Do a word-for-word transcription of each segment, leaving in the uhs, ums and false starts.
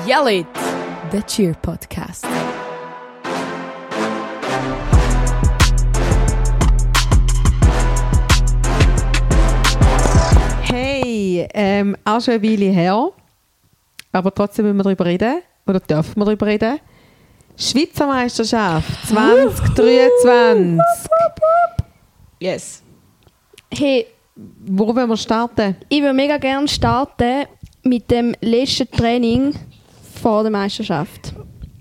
Yell It, der Cheer Podcast. Hey, ähm, auch schon eine Weile her, aber trotzdem müssen wir darüber reden, oder dürfen wir darüber reden. Schweizer Meisterschaft zwanzig dreiundzwanzig. Yes. Hey, wo wollen wir starten? ich würde mega gerne starten mit dem letzten Training vor der Meisterschaft.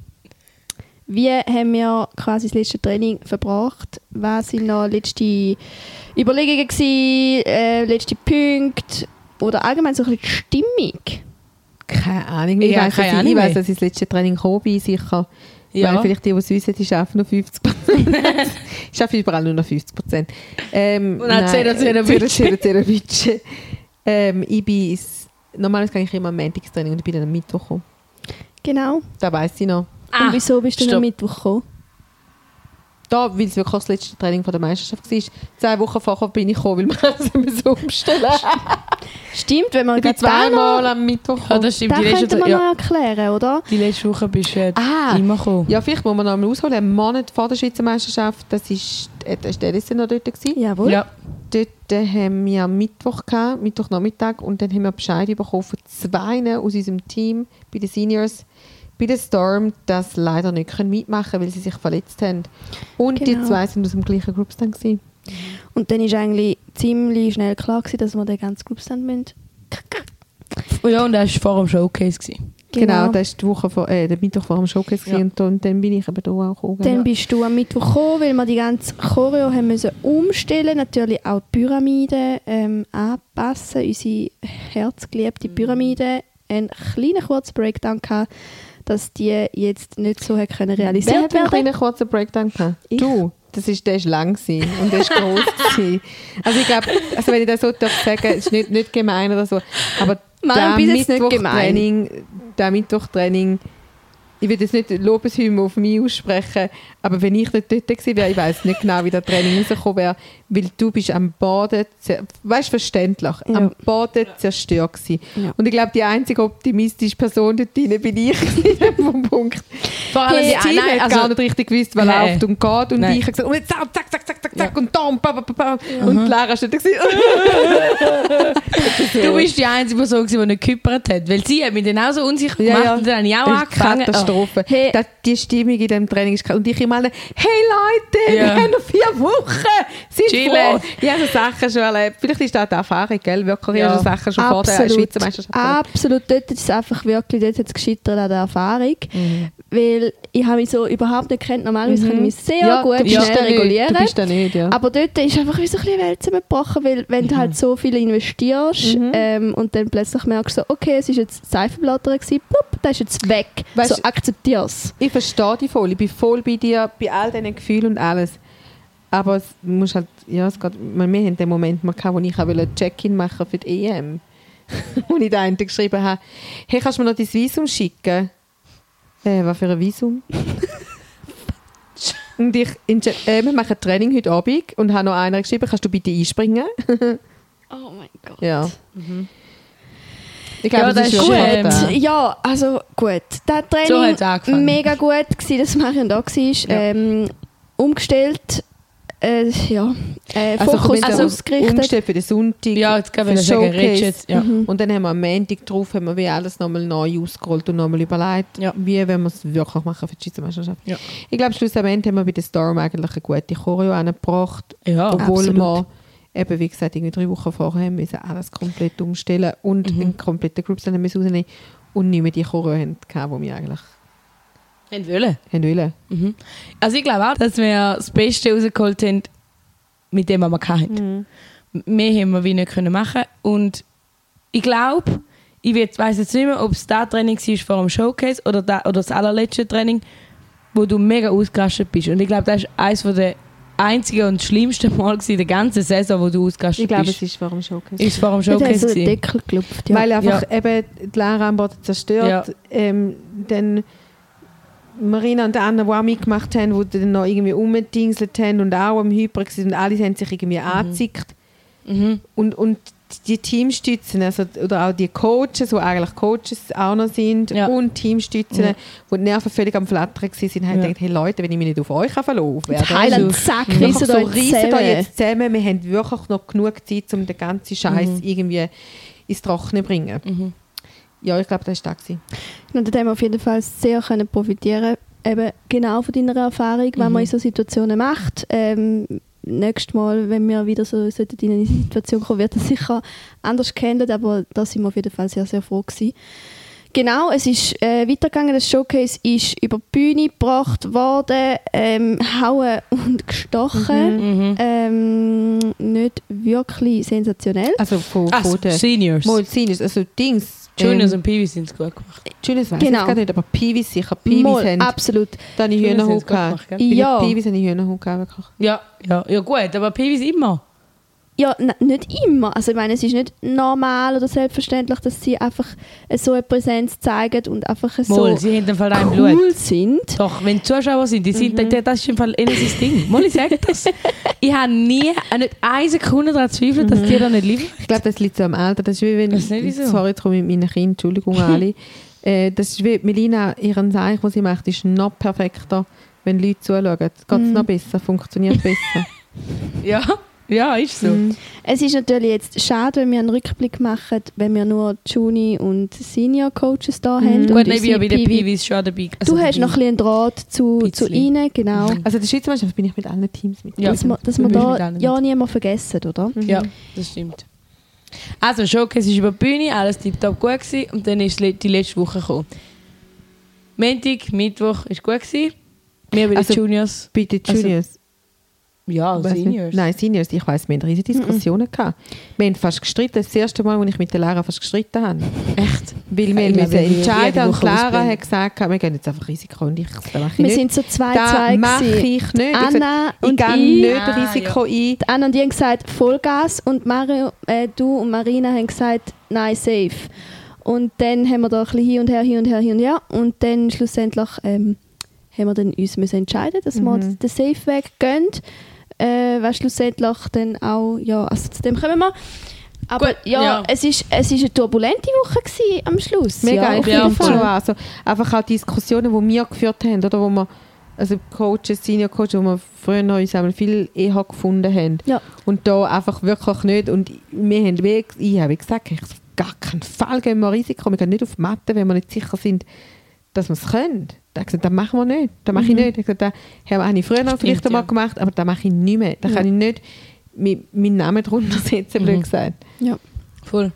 Wie haben wir quasi das letzte Training verbracht? Was waren noch letzte Überlegungen gewesen, äh, letzte Punkte oder allgemein so ein bisschen die Stimmung? Keine Ahnung. Ich Ja, weiss, keine dass ich, Ahnung ich weiss, mehr. dass ich das letzte Training gekommen bin, sicher. Ja. Weil vielleicht die, die es wissen, die arbeiten nur fünfzig Prozent. Ich arbeite überall nur noch fünfzig Prozent. Ähm, Und auch Zero, Zero, Budget. Zero, Zero, Budget. Ähm, ich bin... ins- Normalerweise gehe ich immer am Montagstraining und ich bin dann am Mittwoch gekommen. Genau. Das weiss ich noch. Und wieso bist du stopp. am Mittwoch gekommen? Da, weil es wirklich das letzte Training von der Meisterschaft war. Zwei Wochen vorher bin ich gekommen, weil wir es so umstellen. Stimmt, wenn man Ich bin gerade da zweimal noch, am Mittwoch Ja, gekommen. das stimmt. da Die könnte letzte, man ja, noch erklären, oder? die letzte Woche bist du äh, Ah. immer gekommen. Ja, vielleicht muss man noch mal ausholen. Einen Monat vor der Schweizer Meisterschaft, das ist, äh, das war Edison noch dort. Gewesen. Jawohl. Ja. Dort äh, haben wir am Mittwoch gehabt, Mittwochnachmittag, und dann haben wir Bescheid bekommen von zwei aus unserem Team bei den Seniors, bei der Storm, dass sie leider nicht können mitmachen können, weil sie sich verletzt haben. Und die Genau. zwei sind aus dem gleichen Gruppenstand gewesen. Und dann war eigentlich ziemlich schnell klar gewesen, dass wir den ganzen Clubstand müssen. Oh ja, und das war vor dem Showcase. Gewesen. Genau, das war die Woche vor, äh, der Mittwoch vor dem Showcase Ja. und, und dann bin ich eben da auch gekommen. Dann ja. bist du am Mittwoch gekommen, weil wir die ganze Choreo haben müssen umstellen, natürlich auch die Pyramide ähm, anpassen, unsere herzgeliebte Pyramide. Einen kleinen kurzen Breakdown gehabt, dass die jetzt nicht so hat können Wer realisiert hat einen werden. kleinen kurzen Breakdown gehabt? Ich. Du? Das ist, der war lang gewesen und der war gross gewesen. Also ich glaube, also wenn ich das so darf sagen, es ist nicht, nicht gemein oder so, aber Nein, der bis jetzt nicht gemein. Mittwochtraining, der Mittwochtraining, ich will jetzt nicht Lobeshymne auf mich aussprechen, aber wenn ich nicht dort gewesen wäre, ich weiss nicht genau, wie das Training rausgekommen wäre, weil du bist am Boden, zer- weißt verständlich, Ja. am Boden zerstört gewesen. Ja. Und ich glaube, die einzige optimistische Person dort drin bin ich in diesem Punkt. Vor allem Das die Team nein, hat also, gar nicht richtig gewusst, was Nein. läuft und geht. Und Nein. ich habe gesagt, und jetzt zack, zack, zack, zack, zack, Ja. zack und dann, ba, ba, ba, ba. Und Lara steht da gewesen. du bist die einzige Person, gewesen, die nicht gehypert hat. Weil sie hat mich dann auch so unsicher Ja, gemacht ja. und dann habe ich auch Das ist angefangen. Katastrophe. Hey. Das, die Stimmung in diesem Training ist krass. Und ich immer alle, hey Leute, Ja. wir haben noch vier Wochen. Seid Chillen. froh. Ich habe so Sachen schon erlebt. Vielleicht ist das die Erfahrung, gell? Wirklich, ich Ja. habe so Sachen schon vor der Absolut. Schweizer Meisterschaft erlebt. Absolut, dort ist es einfach wirklich, dort hat es gescheitert an der Erfahrung. Weil ich habe mich so überhaupt nicht gekannt. Normalerweise kann ich mich sehr Ja, gut du bist schnell da nicht. regulieren. Du bist da nicht, ja. Aber dort ist einfach wie so ein bisschen die Welt zusammengebrochen, weil wenn du halt so viel investierst Mhm. ähm, und dann plötzlich merkst du so, okay, es ist jetzt Seifenblatter gewesen, plupp, das ist jetzt weg. Weißt so, akzeptier es. Ich verstehe dich voll. Ich bin voll bei dir, bei all diesen Gefühlen und alles. Aber es muss halt, ja, es geht, wir haben den Moment mal gehabt, wo ich auch ein Check-in machen für die E M. Und ich da einen geschrieben habe, hey, kannst du mir noch dein Visum schicken? Äh, was für ein Visum? Und ich, äh, wir machen Training heute Abend und habe noch einer geschrieben, kannst du bitte einspringen? Oh mein Gott. Ja. Ich glaube, Ja, das, das ist ist schon schön. schade. Ja, also gut. Das So Training hat's angefangen. mega gut gewesen, dass Marion da war. Ähm, umgestellt, äh, ja, äh, Also, Fokus wir haben ausgerichtet. umgestellt für den Sonntag. Ja, jetzt kann für ich das sagen, Showcase. redest jetzt. Ja. Mhm. Und dann haben wir am Montag drauf haben wir wie alles nochmal neu ausgerollt und nochmal überlegt, Ja. wie wenn wir es wirklich machen für die Schweizer Meisterschaft. Ja. Ich glaube, schlussendlich haben wir bei der Storm eigentlich eine gute Choreo angebracht, Ja. obwohl absolut. wir eben, wie gesagt, irgendwie drei Wochen vorher haben müssen alles komplett umstellen und Mhm. einen kompletten Groupstand müssen rausnehmen und nicht mehr die Choreo haben, die wir eigentlich Haben wollen. haben wollen. Mhm. Also ich glaube auch, dass wir das Beste rausgeholt haben, mit dem, was wir hatten. Mehr haben wir wie nicht können machen. Und ich glaube, ich weiß jetzt nicht mehr, ob es das Training war vor dem Showcase oder, da, oder das allerletzte Training, wo du mega ausgerastet bist. Und ich glaube, das ist eines der einzigen und schlimmsten Mal in der ganzen Saison, wo du ausgerastet Ich glaube, bist. es ist vor dem Showcase. Ist vor dem Dort hat Showcase so den gewesen. Deckel gelupft. Ja. Weil einfach Ja. eben die Lara am Boden zerstört. Ja. Ähm, dann Marina und Anna, die auch mitgemacht haben, die dann noch irgendwie rumgedingselt haben und auch am Hyper waren und alle haben sich irgendwie angezickt. Mhm. Und, und die Teamstützen, also, oder auch die Coaches, die eigentlich Coaches auch noch sind, Ja. und Teamstützen, Ja. wo die Nerven völlig am Flattern waren, haben Ja. gedacht, hey Leute, wenn ich mich nicht auf euch verlassen Die werde. Highland Zack, Wirklich rissen so euch riesen da zusammen. jetzt zusammen. Wir haben wirklich noch genug Zeit, um den ganzen Scheiß Mhm. irgendwie ins Trockene zu bringen. Mhm. Ja, ich glaube, das war das. Und da haben wir auf jeden Fall sehr können profitieren, eben genau von deiner Erfahrung, was Mhm. man in so Situationen macht. Ähm, nächstes Mal, wenn wir wieder so sollten in eine Situation kommen, wird das sicher anders gehandelt, aber da sind wir auf jeden Fall sehr, sehr froh gewesen. Genau, es ist äh, weitergegangen. Das Showcase ist über die Bühne gebracht worden, ähm, hauen und gestochen. Mhm. Ähm, nicht wirklich sensationell. Also von, Ach, von den Seniors. Mal Seniors, also Dings. Juniors ähm, und Peewees sind es gut gemacht. Juniors weiß Genau. ich gar nicht, aber Peewees sicher. Peewees Mal, haben absolut. da eine Juniors Hühnerhaut haben's gut gehabt. gemacht, gell? Bei den Ja. Peewees habe ich Hühnerhaut gehabt, wirklich. Ja, ja, ja gut, aber Peewees immer. Ja, n- nicht immer. Also ich meine, es ist nicht normal oder selbstverständlich, dass sie einfach so eine Präsenz zeigen und einfach Mal, so sie haben im Fall ein cool Blut. sind. Doch, wenn die Zuschauer sind, die sind, mhm. das ist im Fall ihnen sein Ding. Mal, ich sage das. Ich habe nie, nicht eine Sekunde daran gezweifelt, dass die da nicht lieben. Ich glaube, das liegt so am Alter. Das ist wie wenn, Das ist nicht so. sorry, jetzt komme ich mit meinen Kindern, Entschuldigung alle. äh, das ist wie Melina, ihren Seich, den sie macht, ist noch perfekter, wenn Leute zuschauen. Geht es Mhm. noch besser, funktioniert besser. Ja, ja, ist so. Mhm. Es ist natürlich jetzt schade, wenn wir einen Rückblick machen, wenn wir nur Juni und Senior Coaches da Mhm. haben. Gut, und ich bin ja unsere bei den P V Peewees schon dabei. Du hast noch ein bisschen einen Draht zu, zu Bisschen. ihnen, genau. Mhm. Also in der Schweizer Mannschaft bin ich mit allen Teams mit. Ja. Dass wir, dass Du wir bist mit da allen ja mit. niemand vergessen, oder? Mhm. Ja, das stimmt. Also, Showcase ist über die Bühne, alles tiptop gut gewesen, und dann ist die letzte Woche gekommen. Montag, Mittwoch war gut gewesen. Wir bei den Also, Juniors. Bei den Also, Juniors. Ja, Weiss nicht. Seniors. Nein, Seniors. Ich weiss, wir hatten riesige Diskussionen. gehabt. Wir haben fast gestritten. Das erste Mal, als ich mit der Lara fast gestritten habe. Echt? Weil Ja, wir ich müssen glaube, jede entscheiden und Woche Lara ausbilden. hat gesagt, wir gehen jetzt einfach Risiko und ich, das mache ich Wir nicht. sind so zwei Das zwei mache gewesen. ich nicht. Anna ich und gehe ich. nicht Ah, Risiko ein. Die Anna und die haben gesagt Vollgas und Mario, äh, du und Marina haben gesagt nein, safe. Und dann haben wir da ein bisschen hin und her, hin und her, hin und her. Und dann schlussendlich ähm, haben wir dann uns müssen entscheiden, dass wir Mhm. den Safe-Weg gehen. Äh, was schlussendlich dann auch, ja, also zu dem kommen wir. Aber Gut, ja, ja. Es ist es ist eine turbulente Woche gewesen am Schluss. Mega, ja, ich auf ja, jeden finde schon. Fall. Also, einfach auch Diskussionen, die wir geführt haben, oder, wo wir, also Coaches, Senior Coaches, wo wir früher noch uns einmal viel eher gefunden haben. Ja. Und da einfach wirklich nicht. Und wir haben, wie- ich habe gesagt, ich, auf gar keinen Fall gehen wir Risiko. Wir gehen nicht auf die Matte, wenn wir nicht sicher sind, dass wir es können. Da habe ich gesagt, das machen wir nicht. Das mache ich nicht. Ich habe gesagt, das habe ich früher noch Stimmt, vielleicht einmal ja. gemacht, aber das mache ich nicht mehr. Da Ja. kann ich nicht mit meinen Namen drunter setzen, blöd Mhm. gesagt. Ja. Voll.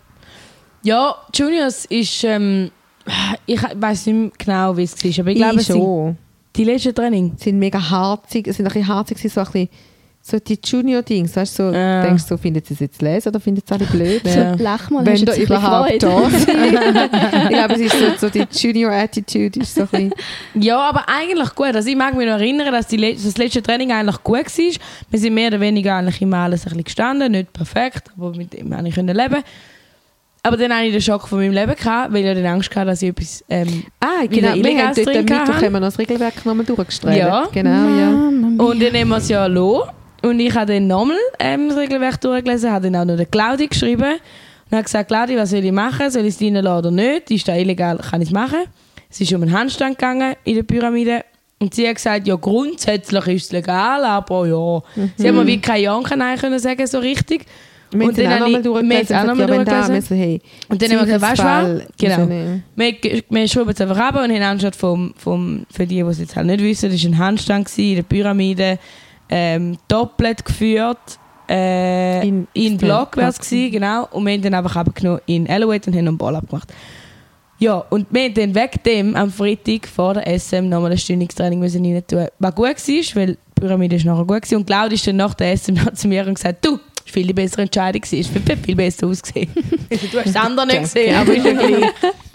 Ja, Juniors ist, ähm, ich weiß nicht mehr genau, wie es war, aber ich glaube, es sind schon. die letzten Training. sind mega harzig, es sind ein bisschen harzig, so ein bisschen so die Junior-Dings, weißt du, so, Ja. denkst du, so, findet sie es jetzt lesen oder findet sie alle blöd? So, Ja. lach mal, Wenn hast du da jetzt ein bisschen überhaupt Freude? da sind. Ich glaube, es ist so, so die Junior-Attitude ist so ein bisschen, Ja, aber eigentlich gut. Also ich mag mich noch erinnern, dass die, le- das letzte Training eigentlich gut war. Wir sind mehr oder weniger eigentlich immer alles ein bisschen gestanden, nicht perfekt, aber mit dem konnte ich leben. Aber dann hatte ich den Schock von meinem Leben, gehabt, weil ich dann Angst hatte, dass ich etwas... Ähm, ah, Wieder genau, wir illegal haben dort am trinken Mittwoch haben. haben wir noch das Regelwerk nochmal durchgestrebt. Ja. Genau, ja. Mama mia. und dann haben wir es ja los. Und ich habe dann nochmal ähm, das Regelwerk durchgelesen, habe dann auch noch der Claudi geschrieben. Und habe gesagt, Claudi, was soll ich machen? Soll ich es reinlassen oder nicht? Ist das illegal? Kann ich es machen? Es ist um einen Handstand gegangen in der Pyramide. Und sie hat gesagt, ja, grundsätzlich ist es legal, aber ja. Mhm. Sie haben mir wie kein Ja und kein Nein können sagen, so richtig. Wir haben Und es dann auch habe nochmal ich- wir haben durchgelesen es auch und noch gesagt, mal ja, wenn da durchgelesen. müssen, hey, Und dann haben wir gesagt, weißt du was? Zweifelsfall Genau. rausnehmen. Wir, wir schreiben es einfach ab und haben anstatt vom, vom, für die, die es jetzt halt nicht wissen, das war ein Handstand gewesen, in der Pyramide, ähm, doppelt geführt, äh, In- in, Block wäre es gewesen, genau, und wir haben dann einfach abgenommen in Elevate und haben einen Ball abgemacht. Ja, und wir haben dann wegen dem am Freitag vor der S M nochmal ein Stündungstraining müssen rein tun, was gut war, weil die Pyramide ist nachher gut gewesen. Und Claudia ist dann nach der S M noch zu mir und gesagt, du, das war viel die bessere Entscheidung, es ist viel, viel besser ausgesehen. Du hast das andere nicht gesehen, aber ist ja gleich.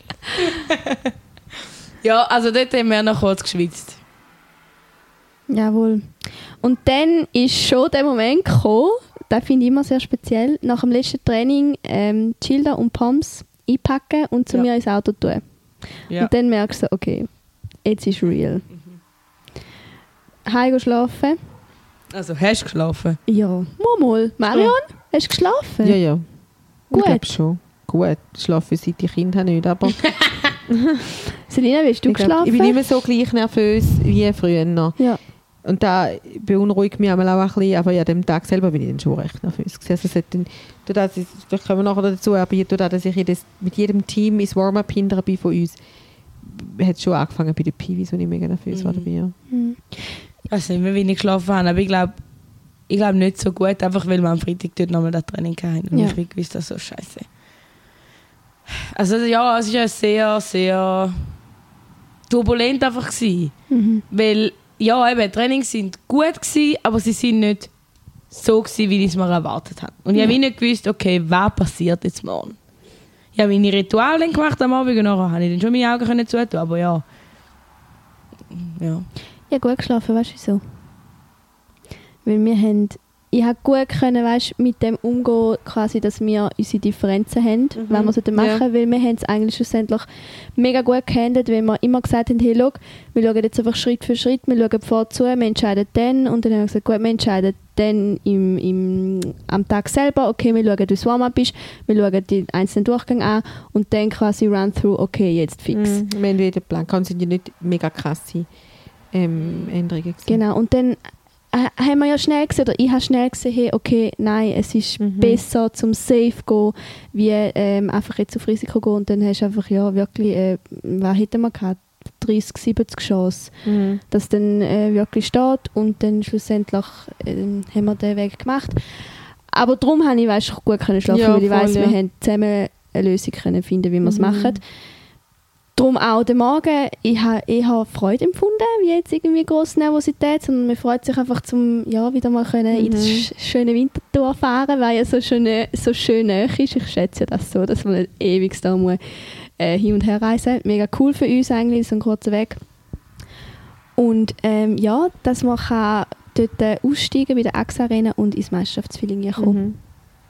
Ja, also dort haben wir noch kurz geschwitzt. Jawohl. Und dann ist schon der Moment gekommen, das finde ich immer sehr speziell, nach dem letzten Training ähm, die Schilder und Pumps einpacken und zu Ja. mir ins Auto tun. Ja. Und dann merkst du, okay, jetzt ist real. Mhm. Heim gehen schlafen. Also, hast du geschlafen? Ja, mal mal. Marion, hast du geschlafen? Ja, ja. Gut. Ich glaube schon. Gut, schlafen seit ich Kind habe nicht, aber Selina, willst du ich, glaub, geschlafen? ich bin nicht mehr so gleich nervös wie früher noch. Ja. Und da beunruhigt mich einmal auch ein bisschen, aber ja, an dem Tag selber bin ich dann schon recht nervös gewesen. Also es hat dann, dadurch, dass ich, vielleicht kommen wir nachher dazu, aber dadurch, dass ich das, mit jedem Team ins Warm-up hinterher bin von uns, hat es schon angefangen bei den Piwis, wo ich mega nervös Mhm. war dabei. Ja. Mhm. Ich weiß nicht mehr, wie ich geschlafen habe, aber ich glaube ich glaub nicht so gut, einfach weil wir am Freitag dort nochmal das Training hatten und Ja. ich gewusst, das ist so scheiße. Also ja, es war ja sehr, sehr turbulent einfach gewesen, Mhm. weil ja, eben, die Trainings waren gut gewesen, aber sie sind nicht so gewesen, wie ich es mir erwartet habe. Und ich Ja. habe nicht gewusst, okay, was passiert jetzt morgen? Ich habe meine Rituale dann gemacht am Abend und nachher habe ich dann schon meine Augen können zutun, aber ja. Ja. Ich habe gut geschlafen, weißt du wieso? Weil wir haben, ich habe gut können, weißt, mit dem umgehen, quasi, dass wir unsere Differenzen haben, Mhm. wenn wir es machen, Ja. weil wir haben es eigentlich schlussendlich mega gut gehandelt, weil wir immer gesagt haben, hey, schau, wir schauen jetzt einfach Schritt für Schritt, wir schauen vorzu, wir entscheiden dann und dann haben wir gesagt, gut, wir entscheiden dann im, im, am Tag selber, okay, wir schauen, wie das Warm-up ist, wir schauen die einzelnen Durchgänge an und dann quasi run-through, okay, jetzt fix. Mhm. Wir haben wieder den Plan. Kann sind ja nicht mega krasse ähm, Änderungen gewesen. Genau, und dann äh, haben wir ja schnell gesehen, oder ich habe schnell gesehen, hey, okay, nein, es ist Mhm. besser zum Safe gehen, wie ähm, einfach jetzt auf Risiko gehen und dann hast du einfach, ja, wirklich, äh, was hätten wir gehabt? dreißig, siebzig Chancen, Mhm. dass dann äh, wirklich steht und dann schlussendlich äh, haben wir den Weg gemacht. Aber darum habe ich, weißt, gut können schlafen, Ja, weil ich voll, weiss, ja. wir haben zusammen eine Lösung können finden, wie wir es Mhm. machen. Darum auch der Morgen, ich habe eher Freude empfunden, wie jetzt irgendwie grosse Nervosität, sondern man freut sich einfach, zum ja, wieder mal können in das Mhm. sch- schöne Winterthur fahren, weil ja so schön, so schön nahe ist. Ich schätze ja das so, dass man nicht ewig da muss, äh, hin und her reisen. Mega cool für uns eigentlich, so ein kurzer Weg. Und ähm, ja, dass man kann dort äh, aussteigen bei der A X A Arena und ins Meisterschaftsfeeling kommen. Mhm.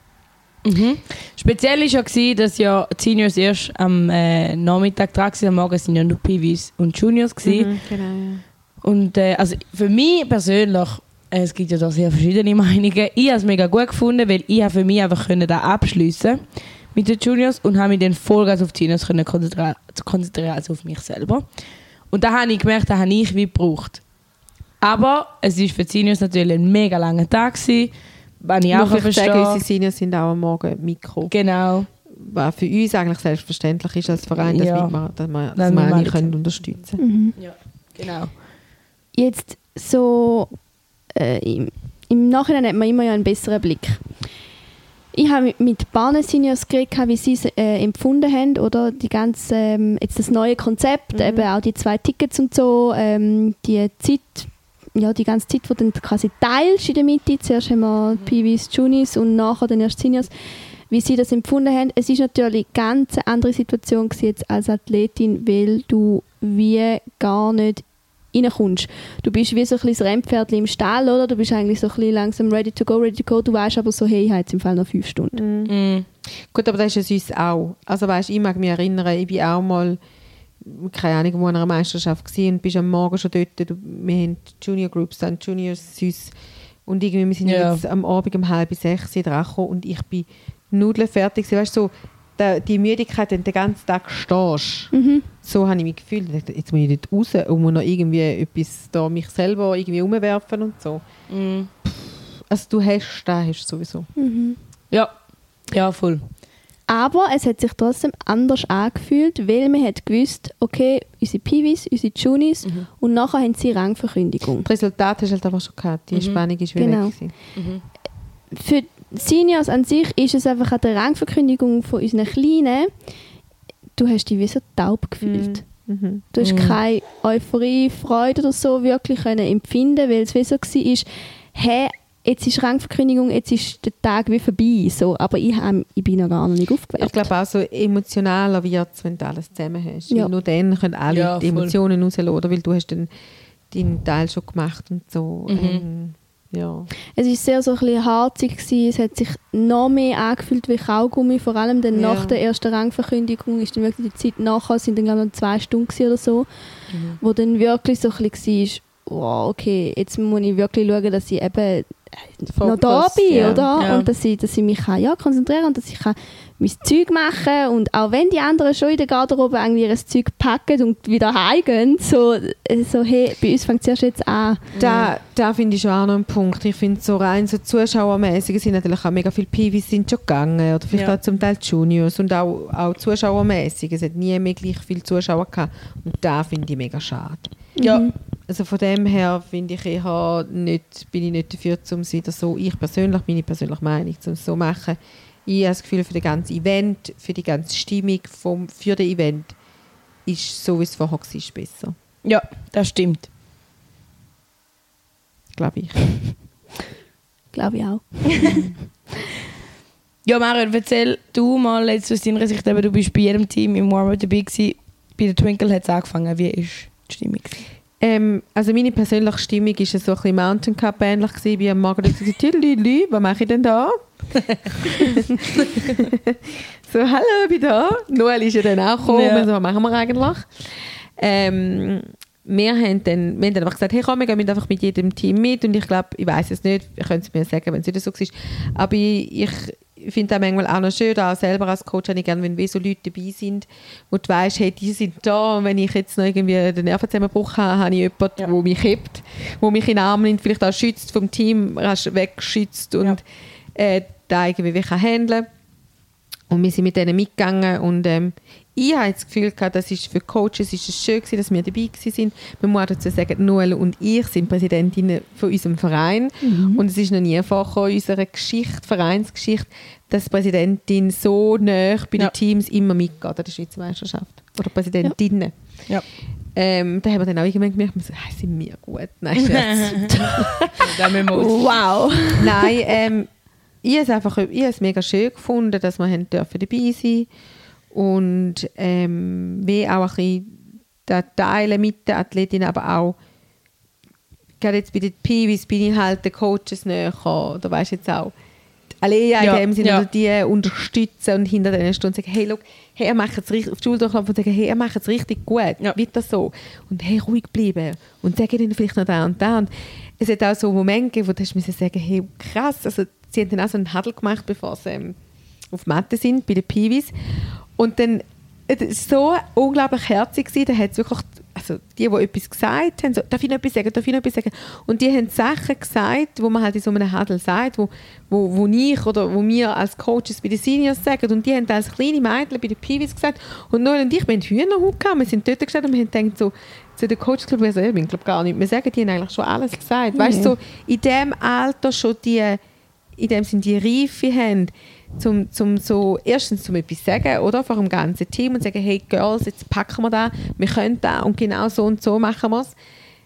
Mhm. Speziell war ja, gewesen, dass ja die Seniors erst am äh, Nachmittag dran waren, am Morgen sind ja nur P Vs und Juniors gewesen. Mhm. Genau, ja. Und äh, also für mich persönlich, äh, es gibt ja da sehr verschiedene Meinungen, ich habe es mega gut gefunden, weil ich habe für mich einfach können da abschliessen mit den Juniors und habe mich dann Vollgas auf die Seniors können konzentrieren, konzentrieren als auf mich selber. Und da habe ich gemerkt, da habe ich wie gebraucht. Aber es war für die Seniors natürlich ein mega langer Tag gewesen, wenn ich auch Muss ich verstehe. sagen, unsere Seniors sind auch am Morgen Mikro. Genau. Was für uns eigentlich selbstverständlich ist als Verein, dass Ja. wir, dass wir, dass Nein, wir wir alle machen können unterstützen Mhm. Ja, genau. Jetzt so äh, im, im Nachhinein hat man immer ja einen besseren Blick. Ich habe mit, mit Bahnen Seniors geredet, wie sie es äh, empfunden haben, oder die ganze, ähm, jetzt das neue Konzept, Mhm. eben auch die zwei Tickets und so, ähm, die Zeit, ja, die ganze Zeit, die du dann quasi teilst in der Mitte. Zuerst haben wir P Vs, Juniors und nachher dann erst Seniors. Wie sie das empfunden haben. Es ist natürlich eine ganz andere Situation gewesen jetzt als Athletin, weil du wie gar nicht reinkommst. Du bist wie so ein bisschen das Rennpferdchen im Stall, oder? Du bist eigentlich so ein bisschen langsam ready to go, ready to go. Du weißt aber so, hey, ich habe jetzt im Fall noch fünf Stunden. Mhm. Mhm. Gut, aber das ist es uns auch. Also weißt, ich mag mich erinnern, ich bin auch mal, keine Ahnung, wo an einer Meisterschaft gewesen und bist am Morgen schon dort. Du, wir haben Junior Groups, dann Juniors süß und irgendwie wir sind Ja. jetzt am Abend um halb sechs dran gekommen und ich bin nudelfertig. Weißt du, so, da, die Müdigkeit, wenn du den ganzen Tag stehst, Mhm. so habe ich mich gefühlt. Ich dachte, jetzt muss ich dort raus und muss noch irgendwie etwas da mich selber irgendwie umwerfen und so. Mhm. Also du hast, da hast du sowieso. Mhm. Ja. Ja, voll. Aber es hat sich trotzdem anders angefühlt, weil man hat gewusst, okay, unsere P Vs, unsere Juniors Mhm. und nachher haben sie Rangverkündigung. Das Resultat hast du halt einfach schon gehabt. Die Mhm. Spannung ist wieder Genau. weg gewesen. Mhm. Für die Seniors an sich ist es einfach an der Rangverkündigung von unseren Kleinen, du hast dich wie so taub gefühlt. Mhm. Du hast Mhm. keine Euphorie, Freude oder so wirklich können empfinden, weil es wie so war, hey, jetzt ist Rangverkündigung, jetzt ist der Tag wie vorbei. So, aber ich, ähm, ich bin noch gar noch nicht aufgewärmt. Ich glaube auch so emotionaler wird es, wenn du alles zusammen hast. Ja. Weil nur dann können alle Ja, die voll. Emotionen rauslassen, oder? Weil du hast dann deinen Teil schon gemacht und so. Mhm. Ähm, ja. Es war sehr so ein bisschen harzig gewesen. Es hat sich noch mehr angefühlt wie Kaugummi. Vor allem dann Ja. nach der ersten Rangverkündigung ist dann wirklich die Zeit nachher, sind dann glaube ich noch zwei Stunden gewesen oder so, Mhm. wo dann wirklich so ein bisschen war, wow, okay, jetzt muss ich wirklich schauen, dass ich eben noch da Fokus, bin, ja. oder? Ja. Und dass ich, dass ich mich kann, ja, konzentrieren kann und dass ich kann mein Zeug machen und auch wenn die anderen schon in der Garderobe eigentlich ihr Zeug packen und wieder heimgehen, so, so hey, bei uns fängt es erst jetzt an. Da, da finde ich schon auch noch einen Punkt. Ich finde so rein so zuschauermäßig sind natürlich auch mega viele P Vs sind schon gegangen oder vielleicht Ja. auch zum Teil Juniors und auch, auch zuschauermäßig. Es hat nie mehr gleich viele Zuschauer gehabt und da finde ich mega schade. Ja. Also von dem her finde ich eher nicht, bin ich nicht dafür, um es wieder so, ich persönlich, meine persönliche Meinung, um es so zu machen. Ich habe das Gefühl, für das ganze Event, für die ganze Stimmung vom, für das Event ist so, wie es vorher war, besser. Ja, das stimmt. Glaube ich. Glaube ich auch. Ja, Marion, erzähl du mal jetzt aus deiner Sicht, eben, du bist bei jedem Team im Warm-Up dabei gewesen. Bei der Twinkle hat es angefangen. Wie war die Stimmung? Ähm, also meine persönliche Stimmung war so ein bisschen Mountain Cup ähnlich gewesen, wie am Morgen gesagt, «Tüdelüdelü, was mache ich denn da?» So, «Hallo, bin da.» Noel ist ja dann auch gekommen, Ja. also, was machen wir eigentlich? Ähm, wir haben dann, wir haben dann einfach gesagt, hey komm, wir gehen einfach mit jedem Team mit und ich glaube, ich weiß es nicht, ihr könnt es mir sagen, wenn es nicht so ist, aber ich, ich finde das manchmal auch noch schön, auch selber als Coach habe ich gerne, wenn wie so Leute dabei sind, wo du weißt, hey, die sind da und wenn ich jetzt noch irgendwie den Nervenzusammenbruch habe, habe ich jemanden, der Ja. mich hebt, der mich in den Arm nimmt, vielleicht auch schützt vom Team, rasch wegschützt und Ja. äh, da irgendwie wie kann handeln. Und wir sind mit denen mitgegangen und ähm, ich habe das Gefühl gehabt, das ist für Coaches ist es schön gewesen, dass wir dabei gewesen sind. Man muss auch dazu sagen, Noel und ich sind Präsidentinnen von unserem Verein Mhm. und es ist noch nie vorgekommen in unserer Geschichte, Vereinsgeschichte, dass die Präsidentin so nah bei Ja. den Teams immer mitgeht an der Schweizer Meisterschaft. Oder Präsidentinnen. Ja. Ähm, da haben wir dann auch irgendwann gemerkt, wir so, ah, sind wir gut? Nein, Scherz. Da müssen wir uns. Wow! Nein, ähm, ich habe es einfach ich habe es mega schön gefunden, dass wir haben dürfen dabei sein und ähm, wie auch ein bisschen das Teilen mit den Athletinnen, aber auch gerade jetzt bei den P Vs bin ich halt den Coaches näher, oder weißt jetzt auch alle Ja, in dem Sinne, ja. oder die unterstützen und hinter denen stehen und sagen, hey, look, hey, er macht es richtig, auf die Schulter klopfen und sagen, hey, er macht es richtig gut, Ja. wird das so? Und hey, ruhig bleiben und sagen ihnen vielleicht noch da und da. Und es hat auch so Momente gegeben, wo du hast müssen sagen, hey, krass, also sie haben dann auch so einen Huddle gemacht, bevor sie ähm, auf Mathe sind, bei den P Vs. Und dann, es war so unglaublich herzig gewesen, da hat es wirklich, also die, die etwas gesagt haben, so, darf ich noch etwas sagen, darf ich noch etwas sagen? Und die haben Sachen gesagt, wo man halt in so einem Huddle sagt, wo, wo, wo ich oder wo wir als Coaches bei den Seniors sagen, und die haben das als kleine Mädchen bei den P Vs gesagt, und Noel und ich, wir haben Hühnerhaut gehabt, wir sind dort gestanden und wir haben gedacht so, zu den Coaches gesagt, also, ich glaube gar nicht, wir sagen, die haben eigentlich schon alles gesagt. Weißt du, so in dem Alter schon die, in dem sind die Reife haben, zum, zum so, erstens zum etwas sagen, oder, vor dem ganzen Team und sagen, hey Girls, jetzt packen wir das, wir können das und genau so und so machen wir es.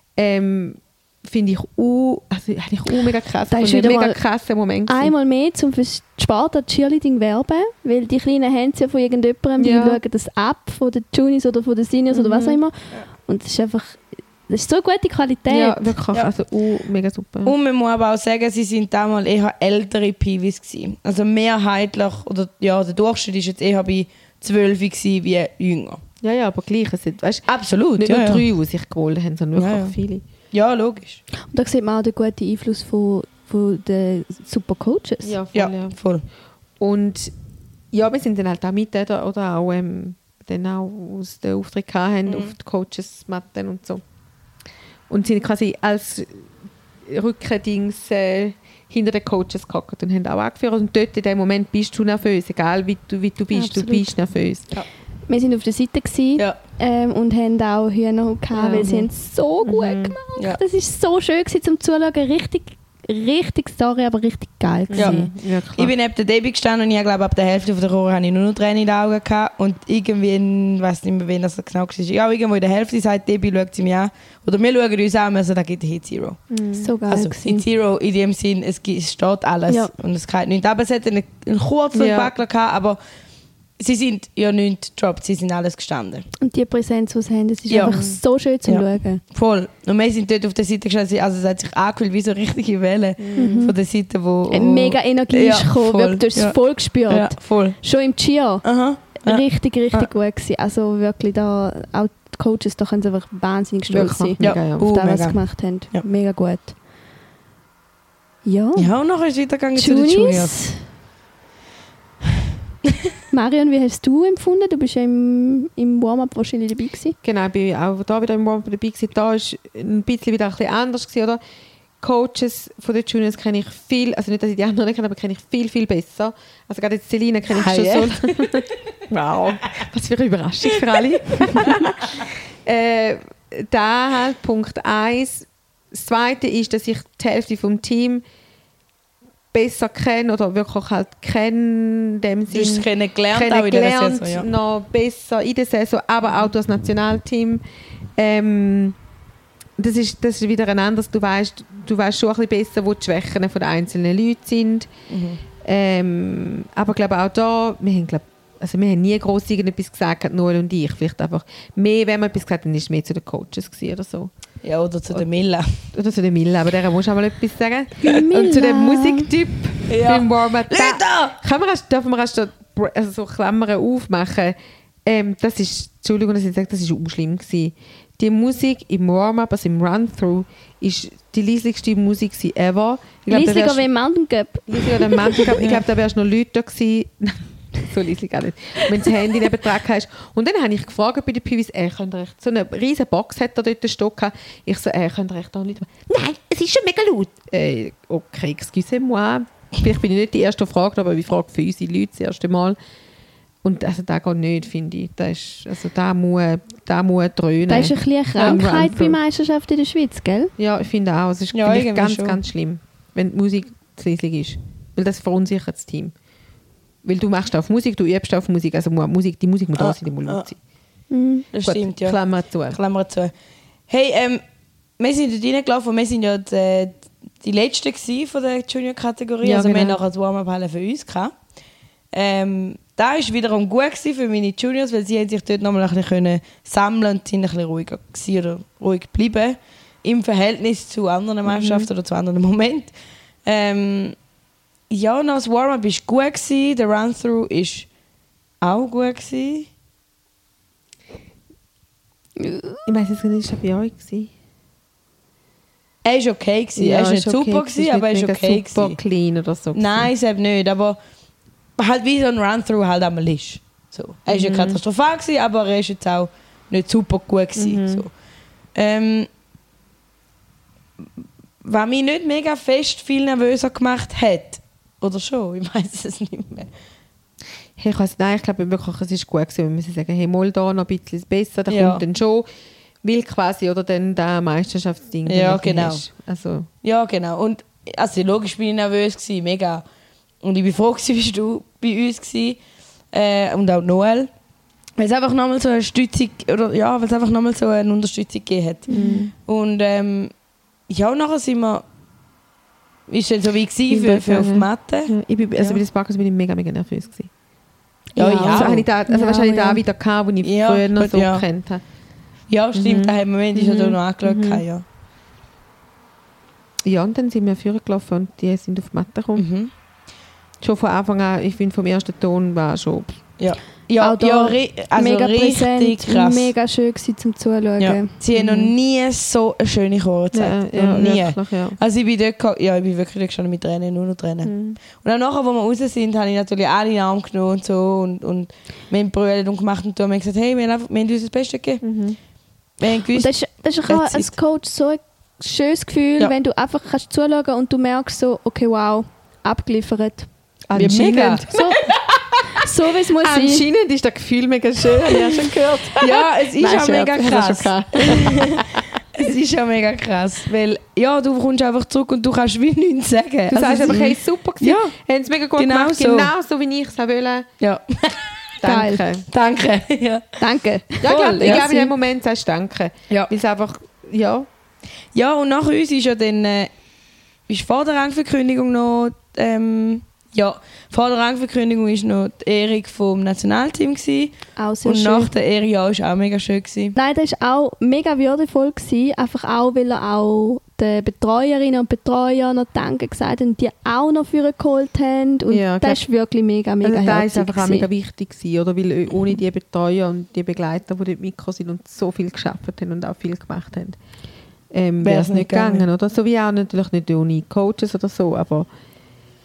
Ähm, finde ich auch, also, habe ich auch mega krass, Das ist ein wieder mega mal krasser Moment gewesen. Einmal mehr, um für das Sport an Cheerleading werben, weil die Kleinen haben es ja von irgendjemandem, die Ja. schauen das ab, von den Juniors oder von den Seniors oder was auch immer. Und das ist einfach, das ist so gute Qualität. Ja, wirklich, Ja. also uh, mega super. Und man muss aber auch sagen, sie sind damals eher ältere P Vs gewesen. Also mehrheitlich, oder ja, der Durchschnitt war jetzt eher bei zwölf gewesen wie jünger. Ja, ja, aber gleich, es sind, weißt, Absolut, nicht ja, nur ja. drei, die sich geholt haben, sondern wirklich Ja, ja. viele. Ja, logisch. Und da sieht man auch den guten Einfluss von, von den super Coaches. Ja, voll, Ja, ja. voll. Und ja, wir sind dann halt auch mit oder, oder auch, ähm, dann auch aus den Auftritt hatten, Mhm. auf die Coaches-Matten und so. Und sind quasi als Rückendings äh, hinter den Coaches gehockt und haben auch angeführt. Und dort in dem Moment bist du nervös, egal wie du, wie du bist, Absolut. du bist nervös. Wir waren auf der Seite gewesen, Ja. ähm, und haben auch Hühnerhaut gehabt, Ja. weil sie haben es so gut Mhm. gemacht. Ja. Das war so schön gewesen, zum Zuschauen. Richtig, richtig sorry, aber richtig geil Ja. gewesen. Wirklich. Ich bin neben der Debbie gestanden und ich glaube, ab der Hälfte von der Rohre hatte ich nur noch Tränen in den Augen gehabt. Und irgendwie, ich weiß nicht mehr, wen das genau war. Ja, irgendwo in der Hälfte sagt Debbie, schaut sie mich an. Oder wir schauen uns an, also da gibt es Hit Zero. So geil Also gewesen. Hit Zero in dem Sinn, es, gibt- es steht alles Ja. und es kann nichts. Aber es hat einen, einen kurzen Ja. Wackler gehabt, aber sie sind ja nicht gedroppt, sie sind alles gestanden. Und die Präsenz, die sie haben, das ist Ja. einfach so schön zu Ja. schauen. Voll. Und wir sind dort auf der Seite gestanden, also es hat sich angefühlt wie so richtige Welle von der Seite, wo... Eine mega Energie Ja, ist gekommen, voll. wirklich, du hast es Ja. voll gespürt. Ja, voll. Schon im Cheer. Aha. Ja. Richtig, richtig Ja. gut gewesen. Also wirklich da, auch die Coaches, da können sie einfach wahnsinnig stolz Wirklich. sein. Ja, Mega, ja. Auf uh, das, was mega. sie gemacht haben. Ja. Mega gut. Ja. Ja, und nachher ist es weitergegangen zu den Juniors. Juniors. Marion, wie hast du empfunden? Du bist ja im, im Warm-up wahrscheinlich dabei gewesen. Genau, ich bin auch da wieder im Warm-up dabei gewesen. Da war es ein bisschen wieder ein bisschen anders gewesen, oder? Coaches von den Juniors kenne ich viel, also nicht, dass ich die anderen nicht kenne, aber kenne ich viel, viel besser. Also gerade jetzt Selina kenne ich Hi, schon so. Wow, was für eine Überraschung für alle. äh, da halt Punkt eins. Das Zweite ist, dass ich die Hälfte vom Team besser kenne oder wirklich halt kenne, dem Du hast es Sinn kennengelernt, auch in der kennengelernt, Saison, ja. noch besser in der Saison, aber auch durch das Nationalteam. Ähm, das, ist, das ist wieder ein anderes, du weißt, du weißt schon ein bisschen besser, wo die Schwächen von den einzelnen Leuten sind. Mhm. Ähm, aber ich glaube auch da, wir haben, glaub, also wir haben nie gross irgendetwas gesagt, Noel und ich. Vielleicht einfach mehr, wenn wir etwas gesagt haben, dann war es mehr zu den Coaches oder so. Ja, oder zu der Milla. Oder zu der Milla, aber der musst du auch mal etwas sagen. Milla. Und zu dem Musiktyp Ja. beim Warm-up. Lita! Kann man erst, darf man erst da, also so Klammern aufmachen? Ähm, das ist, Entschuldigung, dass ich sage, das war auch schlimm gewesen. Die Musik im Warm-up, also im Run-Through, ist die leislichste Musik ever. Leislicher wie im Mountain Cup. Leislicher wie im Mountain Cup. Ich glaube, da wärst noch Leute da gewesen. So leislich auch nicht. Wenn du das Handy neben dran hast. Und dann habe ich gefragt bei der P W S, er könnte recht, so eine riesige Box hat er dort stehen. Ich so, er könnte recht auch nicht. Nein, es ist schon mega laut. Äh, okay, excusez-moi. Vielleicht bin ich nicht die erste, die fragt, aber ich frage für unsere Leute das erste Mal. Und also das geht nicht, finde ich. Das ist, also da muss, da muss dröhnen. Das ist ein bisschen eine Krankheit bei Meisterschaft in der Schweiz, gell? Ja, ich finde auch. Es ist Ja, ich ganz, schon. ganz schlimm, wenn die Musik zu leislich ist. Weil das verunsichert das Team. Weil du machst auf Musik, du übst auf Musik. Also Musik, die Musik muss da Ah, sein, die muss ah. laut sein. Mhm. Das Gut, stimmt, ja. Klammer zu. Klammer zu. Hey, ähm, wir sind dort reingelaufen und wir sind ja die, die Letzten gewesen von der Junior-Kategorie. Ja, also wir genau. hatten nachher das Warm-up für uns gehabt. Ähm, da war wiederum gut gewesen für meine Juniors, weil sie haben sich dort nochmal ein bisschen sammeln und sind ein bisschen ruhiger gewesen oder ruhig geblieben im Verhältnis zu anderen Mannschaften oder zu anderen Momenten. Ähm, ja, noch das Warm-up war gut gewesen, der Run-Through war auch gut gewesen. Ich weiss jetzt nicht, war bei euch gewesen? Er war okay. Gewesen. Ja, er war nicht ist okay super, gewesen, gewesen, aber er nicht war mega okay. super Gewesen. clean oder so. Nein, es eben nicht, aber halt wie so ein Run-Through halt einmal ist. So. Er war Mhm. ja katastrophal, gewesen, aber er war jetzt auch nicht super gut. Gewesen, Mhm. so. ähm, was mich nicht mega fest viel nervöser gemacht hat, oder schon, ich weiß es nicht mehr. Hey, ich weiss, nein, ich glaube wirklich, es ist gut gewesen, wenn wir sagen, hey, mal da noch ein bisschen besser, da Ja. kommt dann schon, weil quasi, oder dann der Meisterschaftsding. Ja, dann genau. hast. Also, Ja, genau. Und also logisch bin ich nervös gewesen, mega. Und ich war froh, gewesen, bist du bei uns gewesen, äh, und auch Noel, weil es einfach nochmal so eine Stützung oder ja, weil es einfach nochmal so eine Unterstützung gegeben hat. Mhm. Und ähm, ja, nachher sind wir, ist dann so wie gewesen für, für auf die Matte. ja, ich bin, also Ja. bei den Sparkers bin ich mega, mega nervös gewesen. Ja, Ja. ja. Also, habe ich da, also Ja, wahrscheinlich ja. da wieder gehabt, wo ich Ja, früher noch gut, so ja. gekannt habe. Ja, stimmt, Mhm. da haben wir Moment ist ja da Mhm. noch angeschaut. Mhm. Ja. Ja, und dann sind wir vorher gelaufen und die sind auf die Matte gekommen. Mhm. Schon von Anfang an, ich finde vom ersten Ton war schon... Ja, ja, Auch da ja ri also mega richtig präsent, krass. mega schön gewesen zum Zuschauen. Ja. Sie haben noch nie so eine schöne Chore Ja, gezeigt. ja, noch nie. wirklich, ja. Also ich bin dort, geha- ja, ich bin wirklich dort gestanden mit Tränen, nur noch Tränen. Mhm. Und auch nachher, als wir raus sind, habe ich natürlich alle in den Arm genommen und so und, und wir haben brüllt und gemacht und so. Und wir haben gesagt, hey, wir haben, einfach, wir haben uns das Beste gegeben. Mhm. Wir haben Und gewusst, das ist, das ist auch That's als it. Coach so ein schönes Gefühl, Ja. wenn du einfach kannst zuschauen und du merkst so, okay, wow, abgeliefert. wir mega. Anscheinend, So, so wie es muss sein. anscheinend ist das Gefühl mega schön, habe ich ja schon gehört. Ja, es ist Nein, auch Scherz, mega ich habe das krass. schon gehabt. Es ist ja mega krass, weil ja, du kommst einfach zurück und du kannst wie nichts sagen. Du Also sagst es- einfach, hey, super gewesen. Ja. Haben es mega gut Genau gemacht, so. genau so, wie ich es auch wollte. Ja, Geil. Danke. danke. Ja, Danke. Ja, ich Voll, glaube, ich ja, glaub, in sie- dem Moment sagst du Danke. ja. Weil es einfach, ja. Ja, und nach uns ist ja dann äh, ist vor der Rangverkündigung noch ähm, ja, vor der Rangverkündigung ist noch die Ehrung vom Nationalteam gewesen. Auch sehr Und schön. nach der Ehrung ja, ist auch mega schön gewesen. Nein, das war auch mega würdevoll. Gewesen, einfach auch, weil er auch den Betreuerinnen und Betreuern noch Danke gesagt hat und die auch noch für ihn geholt haben. Und Ja, das ist wirklich mega, mega Also, das herzig ist einfach auch gewesen. mega wichtig gewesen, oder? Weil ohne die Betreuer und die Begleiter, die dort mitgekommen sind und so viel geschafft haben und auch viel gemacht haben, ähm, wäre es nicht gegangen, oder? So wie auch natürlich nicht ohne Coaches oder so, aber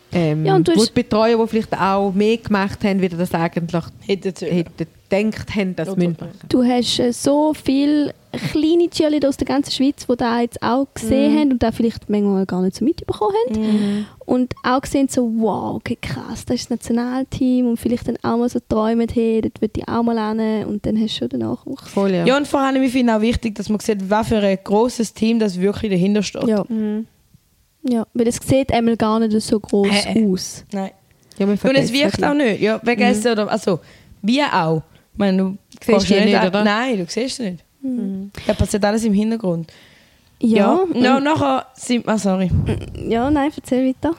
ähm, Ja, und du wo hast- die Betreuer, die vielleicht auch mehr gemacht haben, wieder das eigentlich Hätten sie hätten gedacht haben, dass Oder- müssen machen. Du hast äh, so viele kleine Cheerleader aus der ganzen Schweiz, die da jetzt auch gesehen haben und da vielleicht manchmal gar nicht so mitbekommen haben. Mhm. Und auch gesehen so, wow, okay, krass, das ist das Nationalteam und vielleicht dann auch mal so träumen, hey, dort würde ich auch mal hin und dann hast du schon den Nachwuchs. Voll, ja. Ja, und vor allem, ich finde auch wichtig, dass man sieht, was für ein grosses Team das wirklich dahinter steht. Ja. Mhm. Ja, weil es sieht einmal gar nicht so groß Äh, äh. aus. Nein. Ja, wir Und es vergessen wirkt das. auch nicht. Ja, vergessen oder, also, wir auch. Ich meine, du Siehst gehst die ja nicht, an- oder? Nein, du siehst es nicht. Mhm. Da passiert alles im Hintergrund. Ja, Ja, no, und- nachher sind wir, sorry. ja, nein, erzähl weiter.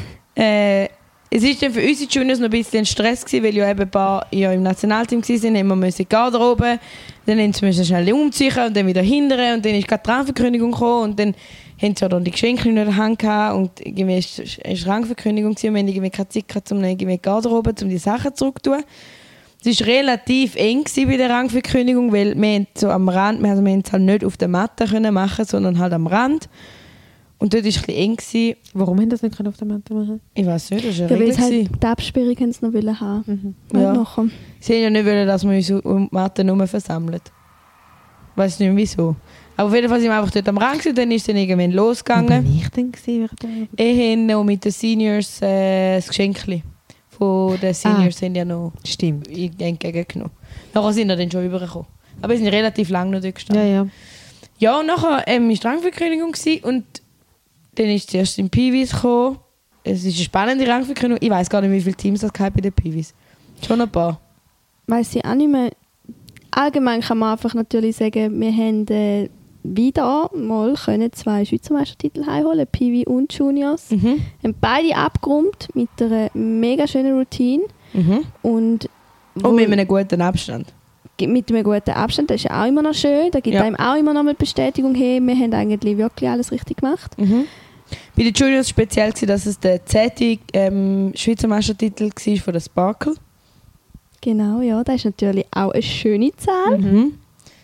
Äh, es war dann für unsere Juniors noch ein bisschen Stress gewesen, weil ja eben ein paar ja, im Nationalteam waren, haben wir müssen Garderobe, dann mussten wir schnell umziehen und dann wieder hindern und dann ist gerade die Rangverkündigung gekommen und dann haben sie ja dann die Geschenke in der Hand gehabt und irgendwie ist es Rangverkündigung gewesen und wir haben irgendwie keine Zeit gehabt, um irgendwie Garderobe, um die Sachen zurückzutun. Es war relativ eng bei der Rangverkündigung, weil wir haben so am Rand, also wir haben es halt nicht auf der Matte können machen, sondern halt am Rand. Und dort war es ein bisschen eng gewesen. Warum haben das nicht auf der Matte machen? Ich weiß nicht, das war Ja, eine weil Regel. es halt gewesen. die Absperrung haben sie noch wollen haben. Mhm. Halt Ja. nachher. Sie haben ja nicht wollen, dass wir uns um die Matte nur versammelt. Ich weiß nicht wieso. Aber auf jeden Fall sind wir einfach dort am Rand gewesen, dann ist es dann irgendwann Wo losgegangen. bin ich denn gewesen? während der- Ich habe noch mit den Seniors äh, das Geschenkli von den Seniors sind ja noch Stimmt. entgegengenommen. Nachher sind wir dann schon übergekommen. Aber wir sind relativ lange noch dort Ja, gestanden. ja. Ja, und nachher ähm, war die Rangverkündigung gewesen und dann ist zuerst in Piwis gekommen. Es ist eine spannende Rangverkündigung. Ich weiß gar nicht, wie viele Teams es bei den Piwis. Schon ein paar. Weiss ich auch nicht mehr. Allgemein kann man einfach natürlich sagen, wir haben äh, wieder mal können zwei Schweizer Meistertitel heimholen, Piwi und Juniors. Mhm. Haben beide abgerundet mit einer mega schönen Routine Mhm. und Und mit einem guten Abstand. mit einem guten Abstand, das ist ja auch immer noch schön. Da gibt Ja. einem auch immer noch mal die Bestätigung, hey, wir haben eigentlich wirklich alles richtig gemacht. Mhm. Bei den Juniors speziell war, dass es der zehnte Ähm, Schweizer Meistertitel war von der Sparkle. Genau, ja, das ist natürlich auch eine schöne Zahl. Mhm.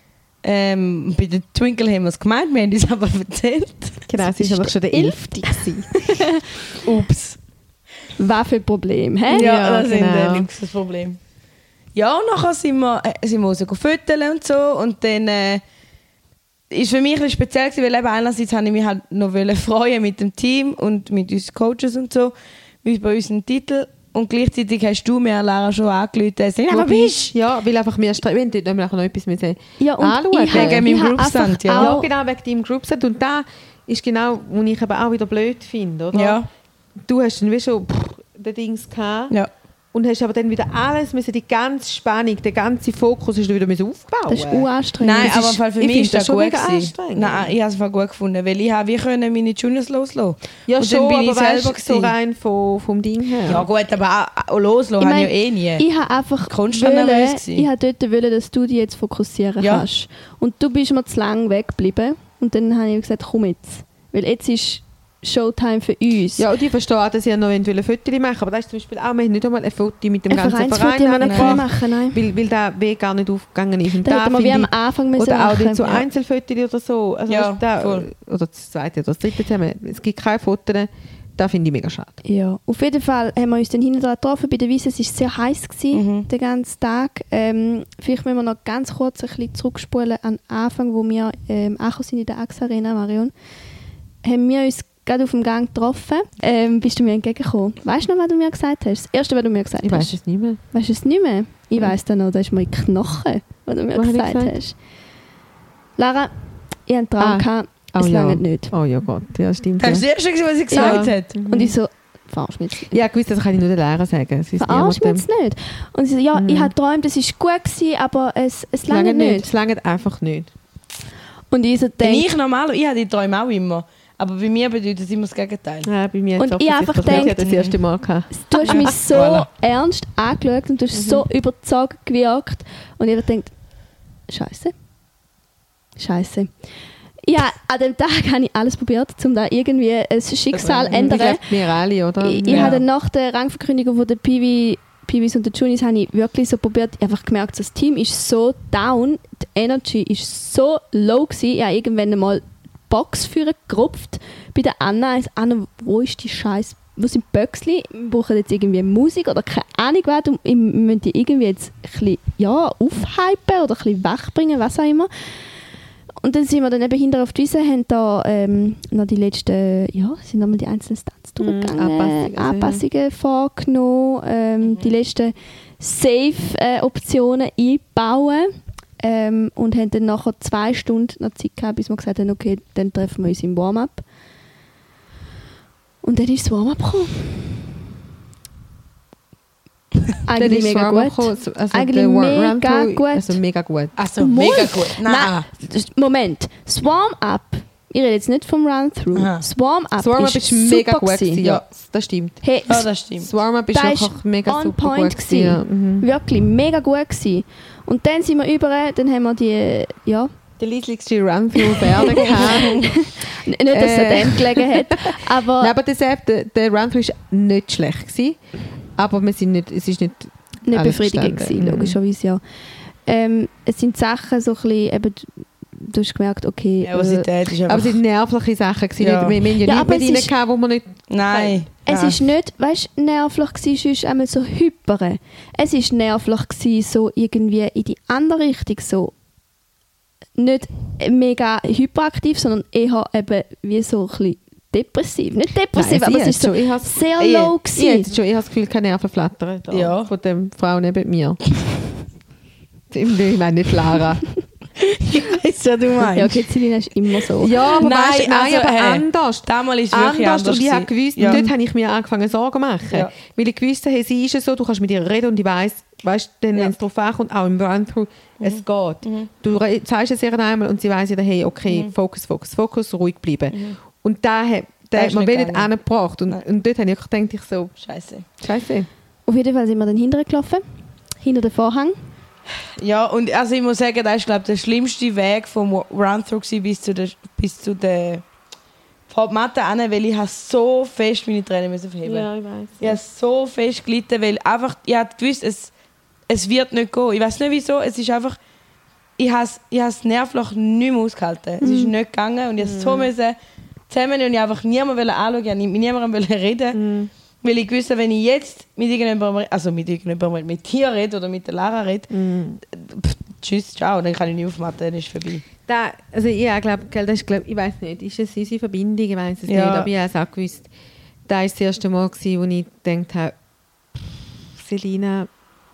Ähm, bei den Twinkle haben wir es gemeint, wir haben es aber erzählt. Genau, es ist war einfach schon der der elfte gewesen. Ups. Was für ein Problem, hä? Ja, Ja, das ist genau. ein Luxusproblem. Ja, und nachher sind wir, äh, sind wir raus fotografieren und so. Und dann äh, ist für mich ein bisschen speziell gewesen, weil eben einerseits habe ich mich halt noch freuen mit dem Team und mit unseren Coaches und so, wie bei unserem Titel. Und gleichzeitig hast du mir, Lara, schon angerufen, dass du Wo aber bist. Ja, weil einfach wir stre- wir haben dort nämlich noch etwas müssen Ja, und anschauen. ich hab- Wegen ich meinem hab Groupstand, einfach ja. Ja, auch- genau, wegen deinem Groupset. Und da ist genau, was ich eben auch wieder blöd finde, oder? Ja. Du hast dann wie schon pff, den Dings gehabt Ja. und hast aber dann wieder alles müssen, die ganze Spannung, der ganze Fokus ist du wieder müssen aufbauen. Das ist uranstrengend. Nein, Das aber ist- im Fall für ich mich finde ist das das schon gut mega gewesen. anstrengend. Nein, ich habe es voll gut gefunden, weil ich habe, wir können meine Juniors loslassen. Ja, und schon, dann bin ich aber selber weißt, so gewesen. rein vom, vom Ding her. Ja gut, aber auch, auch loslassen Ich habe ich mein, ja eh nie. Ich habe einfach Konstant wollen, nervös gewesen. ich habe dort wollen, dass du dich jetzt fokussieren Ja. kannst. Und du bist mir zu lange weggeblieben. Und dann habe ich gesagt, komm jetzt. Weil jetzt ist Showtime für uns. Ja, und ich verstehe, dass sie noch ein Foto machen, aber das ist zum Beispiel auch, wir haben nicht einmal ein Foto mit dem ein ganzen Vereinsfoto Verein haben wir nicht können angebracht, machen, nein. weil, weil der Weg gar nicht aufgegangen ist. Und Da da hätten wir wie finde am ich- Anfang müssen oder auch machen. nicht so Ja. Einzelfotos oder so. Also Ja, das, da, voll. oder das zweite oder das dritte zusammen. Es gibt keine Fotos. Das finde ich mega schade. Ja, auf jeden Fall haben wir uns dann hinten dran getroffen. Bei der Wiese war es sehr heiß, gewesen, Mhm. den ganzen Tag. Ähm, vielleicht müssen wir noch ganz kurz ein bisschen zurückspulen an den Anfang, wo wir ähm, angekommen sind in der A X Arena, Marion. Haben wir uns gerade auf dem Gang getroffen. Ähm, bist du mir entgegengekommen? Weißt du noch, was du mir gesagt hast? Das Erste, was du mir gesagt Ich hast. weiß es nicht mehr. Weißt du es nicht mehr? Ich weiss dann noch, das ist mir in die Knochen, was du mir Was hab ich gesagt, gesagt? hast. Lara, ich hatte einen Traum, Ah. gehabt, Oh es ja. langt nicht. Oh ja Gott, ja stimmt. Das ist Ja. das Erste, was sie gesagt Ja. hat. Und ich so, verarsch mich jetzt. Ja, gewusst, das kann ich nur der Lehrer sagen. Es ist Verarsch mich niemandem- jetzt nicht. Und sie so, ja, Mhm. ich habe geträumt, es war gut, gewesen, aber es, es Es langt langt nicht. nicht. Es langt einfach nicht. Und ich so Denn denk, ich normal, ich habe die Träume auch immer. Aber bei mir bedeutet es immer das Gegenteil. Ja, bei mir Und hat's ich einfach offensichtlich nicht. denkt- Ich habe das erste Mal gehabt. du hast mich so Voilà. ernst angeschaut und du hast so überzeugt gewirkt. Und ich denkt, Scheiße. Scheiße. Ja, an dem Tag habe ich alles probiert, um da irgendwie ein Schicksal zu Ich ändern. glaube, wir alle, oder? Ich, ich Ja. habe dann nach der Rangverkündigung von der Piwi, Piwis und der Junis habe ich wirklich so probiert, ich habe einfach gemerkt, das Team ist so down, die Energy ist so low gewesen. Ich habe irgendwann einmal die Box für gerupft bei der Anna. Ich so, Anna, wo ist die scheiß wo sind Böckli, wir brauchen jetzt irgendwie Musik oder keine Ahnung was, und wir müssen die irgendwie jetzt ein bisschen, ja, aufhypen oder ein bisschen wegbringen, was auch immer. Und dann sind wir dann eben hinter auf die Wiese, haben da ähm, noch die letzten, ja, sind nochmal die einzelnen Stats durchgegangen, mm, Anpassungen, Anpassungen ja. vorgenommen, ähm, mhm. die letzten Safe-Optionen äh, einbauen ähm, und haben dann nachher zwei Stunden noch Zeit gehabt, bis wir gesagt haben, okay, dann treffen wir uns im Warm-up. Und dann ist das Warm-up gekommen. Eigentlich mega gut. Also Eigentlich mega gut. Also mega gut. Also mega gut. Nein. Nein. Moment. Das Warm-up, ich rede jetzt nicht vom Run-Through. Das Warm-up Warm ist, ist mega gut gewesen. Ja, das stimmt. Hey, ja, das stimmt. Das Warm-up ist einfach mega on super point gut gewesen. Ja. Mhm. Wirklich mega gut gewesen. Und dann sind wir über, dann haben wir die, ja... Der leislichste Run-Through Berge gehabt. Nicht, dass es an dem gelegen hat, aber... Nein, aber das, der, der Run-Through war nicht schlecht gewesen. Aber wir sind nicht, es ist nicht nicht befriedigend gewesen, mhm. logischerweise, ja. Ähm, es sind Sachen so ein bisschen, eben, du hast gemerkt, okay... Nervosität ist einfach... Aber es waren nervliche Sachen gewesen. Ja. Wir, wir haben ja, ja nichts mit ihnen, wo wir nicht... Nein. Es ja. ist nicht, weißt du, nervlich gewesen, sonst einmal so hypere. Es ist nervlich gewesen, so irgendwie in die andere Richtung, so nicht mega hyperaktiv, sondern eher eben wie so ein bisschen depressiv. Nicht depressiv, Nein, aber es ist so schon, sehr ich, low ich, gewesen. ich, schon, ich habe das Gefühl, keine Nerven flattern da, ja. von der Frau neben mir. Ich meine nicht Lara. Ich weiss, was du meinst. Ja, okay, Celine ist immer so. Ja, aber Nein, weißt, nein, also, aber hey, anders. Damals ist es wirklich Anders, anders. und ich habe gewusst, ja. und dort habe ich mir angefangen Sorgen zu machen. Ja. Weil ich gewusst habe, hey, sie ist so, du kannst mit ihr reden und ich weiss, weißt, dann, Ja. wenn es darauf ankommt, auch im Run-Through, mhm. es geht. Mhm. Du re- zeigst es ihr einmal und sie weiss wieder, hey, okay, Mhm. Fokus, Fokus, Fokus, ruhig bleiben. Mhm. Und da hat Das da ist hat man nicht nicht gegangen. angebracht. Und, und dort habe ich gedacht, ich so, Scheiße. Scheiße. Auf jeden Fall sind wir dann hinterher gelaufen, hinter den Vorhang. Ja, und also ich muss sagen, das ist, glaube ich, der schlimmste Weg vom Run-Through gewesen bis zu der, bis zu der Matte an, weil ich habe so fest meine Tränen müssen verheben. ich weiss. Ich habe so fest gelitten, weil einfach, ich habe gewusst, es, es wird nicht gehen. Ich weiß nicht wieso, es ist einfach, ich habe es ich habe es nervlich nicht mehr ausgehalten. Es ist nicht gegangen und ich musste so müssen zusammen und ich einfach niemanden anschauen, ich wollte mit niemandem reden. Mm. Weil ich wusste, wenn ich jetzt mit irgendjemandem, also mit irgendjemandem, mit dir rede oder mit der Lara rede, Mm. pff, tschüss, ciao, dann kann ich nicht aufmachen, dann ist es vorbei. Da, also ich glaube, das ist, glaub, ich weiß nicht, ist es unsere Verbindung, ich weiß es Ja. nicht, aber ich habe es auch gewusst. Das war das erste Mal, gewesen, wo ich gedacht habe, Selina.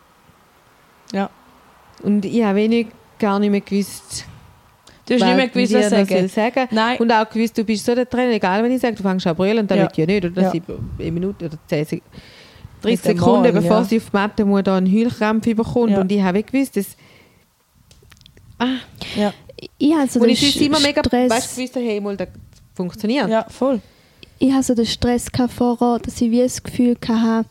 Ja. Und ich habe wenig gar nicht mehr gewusst, Du hast nicht mehr gewusst, was sagen. sagen. sagen. Nein. Und auch gewusst, du bist so der Trainer, egal wenn ich sage, du fängst an zu brüllen, dann Ja. will ich ja nicht. Oder Ja. eine Minute oder zehn Sek- dreißig Mit dem Sekunden, Mal, bevor ja. sie auf die Matte muss, da einen Heulkrampf bekommt. Ja. Und ich habe gewusst, dass... Ah, Ja, Ich habe so und den ich sonst immer mega... Stress, Weißt du, gewusst, hey, mal, das funktioniert. ja voll. ich hatte so den Stress gehabt vorher, dass ich wie das Gefühl hatte,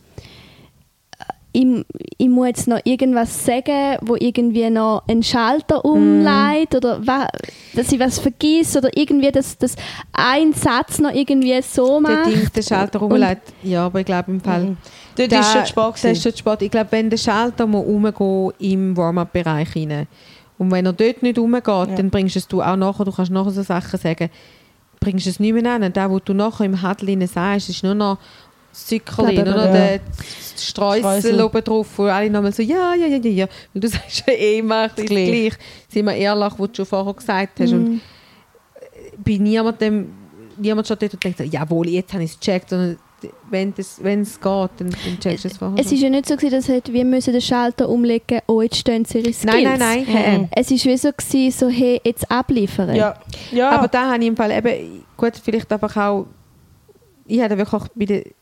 ich, ich muss jetzt noch irgendwas sagen, wo irgendwie noch einen Schalter umleitet oder wa, dass ich was vergesse oder irgendwie, dass, dass ein Satz noch irgendwie so Der macht. Ding, der Schalter rumleitet. Ja, aber ich glaube im Fall... Mhm. Dort Da- ist schon Sport Das ist schon Sport. Ich glaube, wenn der Schalter muss rumgehen im Warm-up-Bereich rein und wenn er dort nicht rumgeht, Ja. dann bringst du es du auch nachher, du kannst nachher so Sachen sagen, bringst du es nicht mehr an. Das, was du nachher im Huddle rein sagst, ist nur noch das Zuckerli, Bla, nur bla, noch bla. der Streusel Streusel. oben drauf, wo alle nochmal so, ja, ja, ja, ja, ja. Weil du sagst ja eh immer gleich. Gleich. gleich. Sind wir ehrlich, was du schon vorher gesagt hast. Und bei niemandem, niemand steht dort und denkt so, jawohl, jetzt habe ich es gecheckt, sondern wenn es wenn es geht, dann, dann checkst du es vorher. Es war ja nicht so, gewesen, dass halt, wir müssen den Schalter umlegen, oh, jetzt stehen sie ihre Skills. Nein, nein, nein. hä, Mhm. Es war wie so, gewesen, so hey, jetzt abliefern. Ja. ja. Aber da habe ich im Fall eben, gut, vielleicht einfach auch, ich hatte wirklich auch bei den,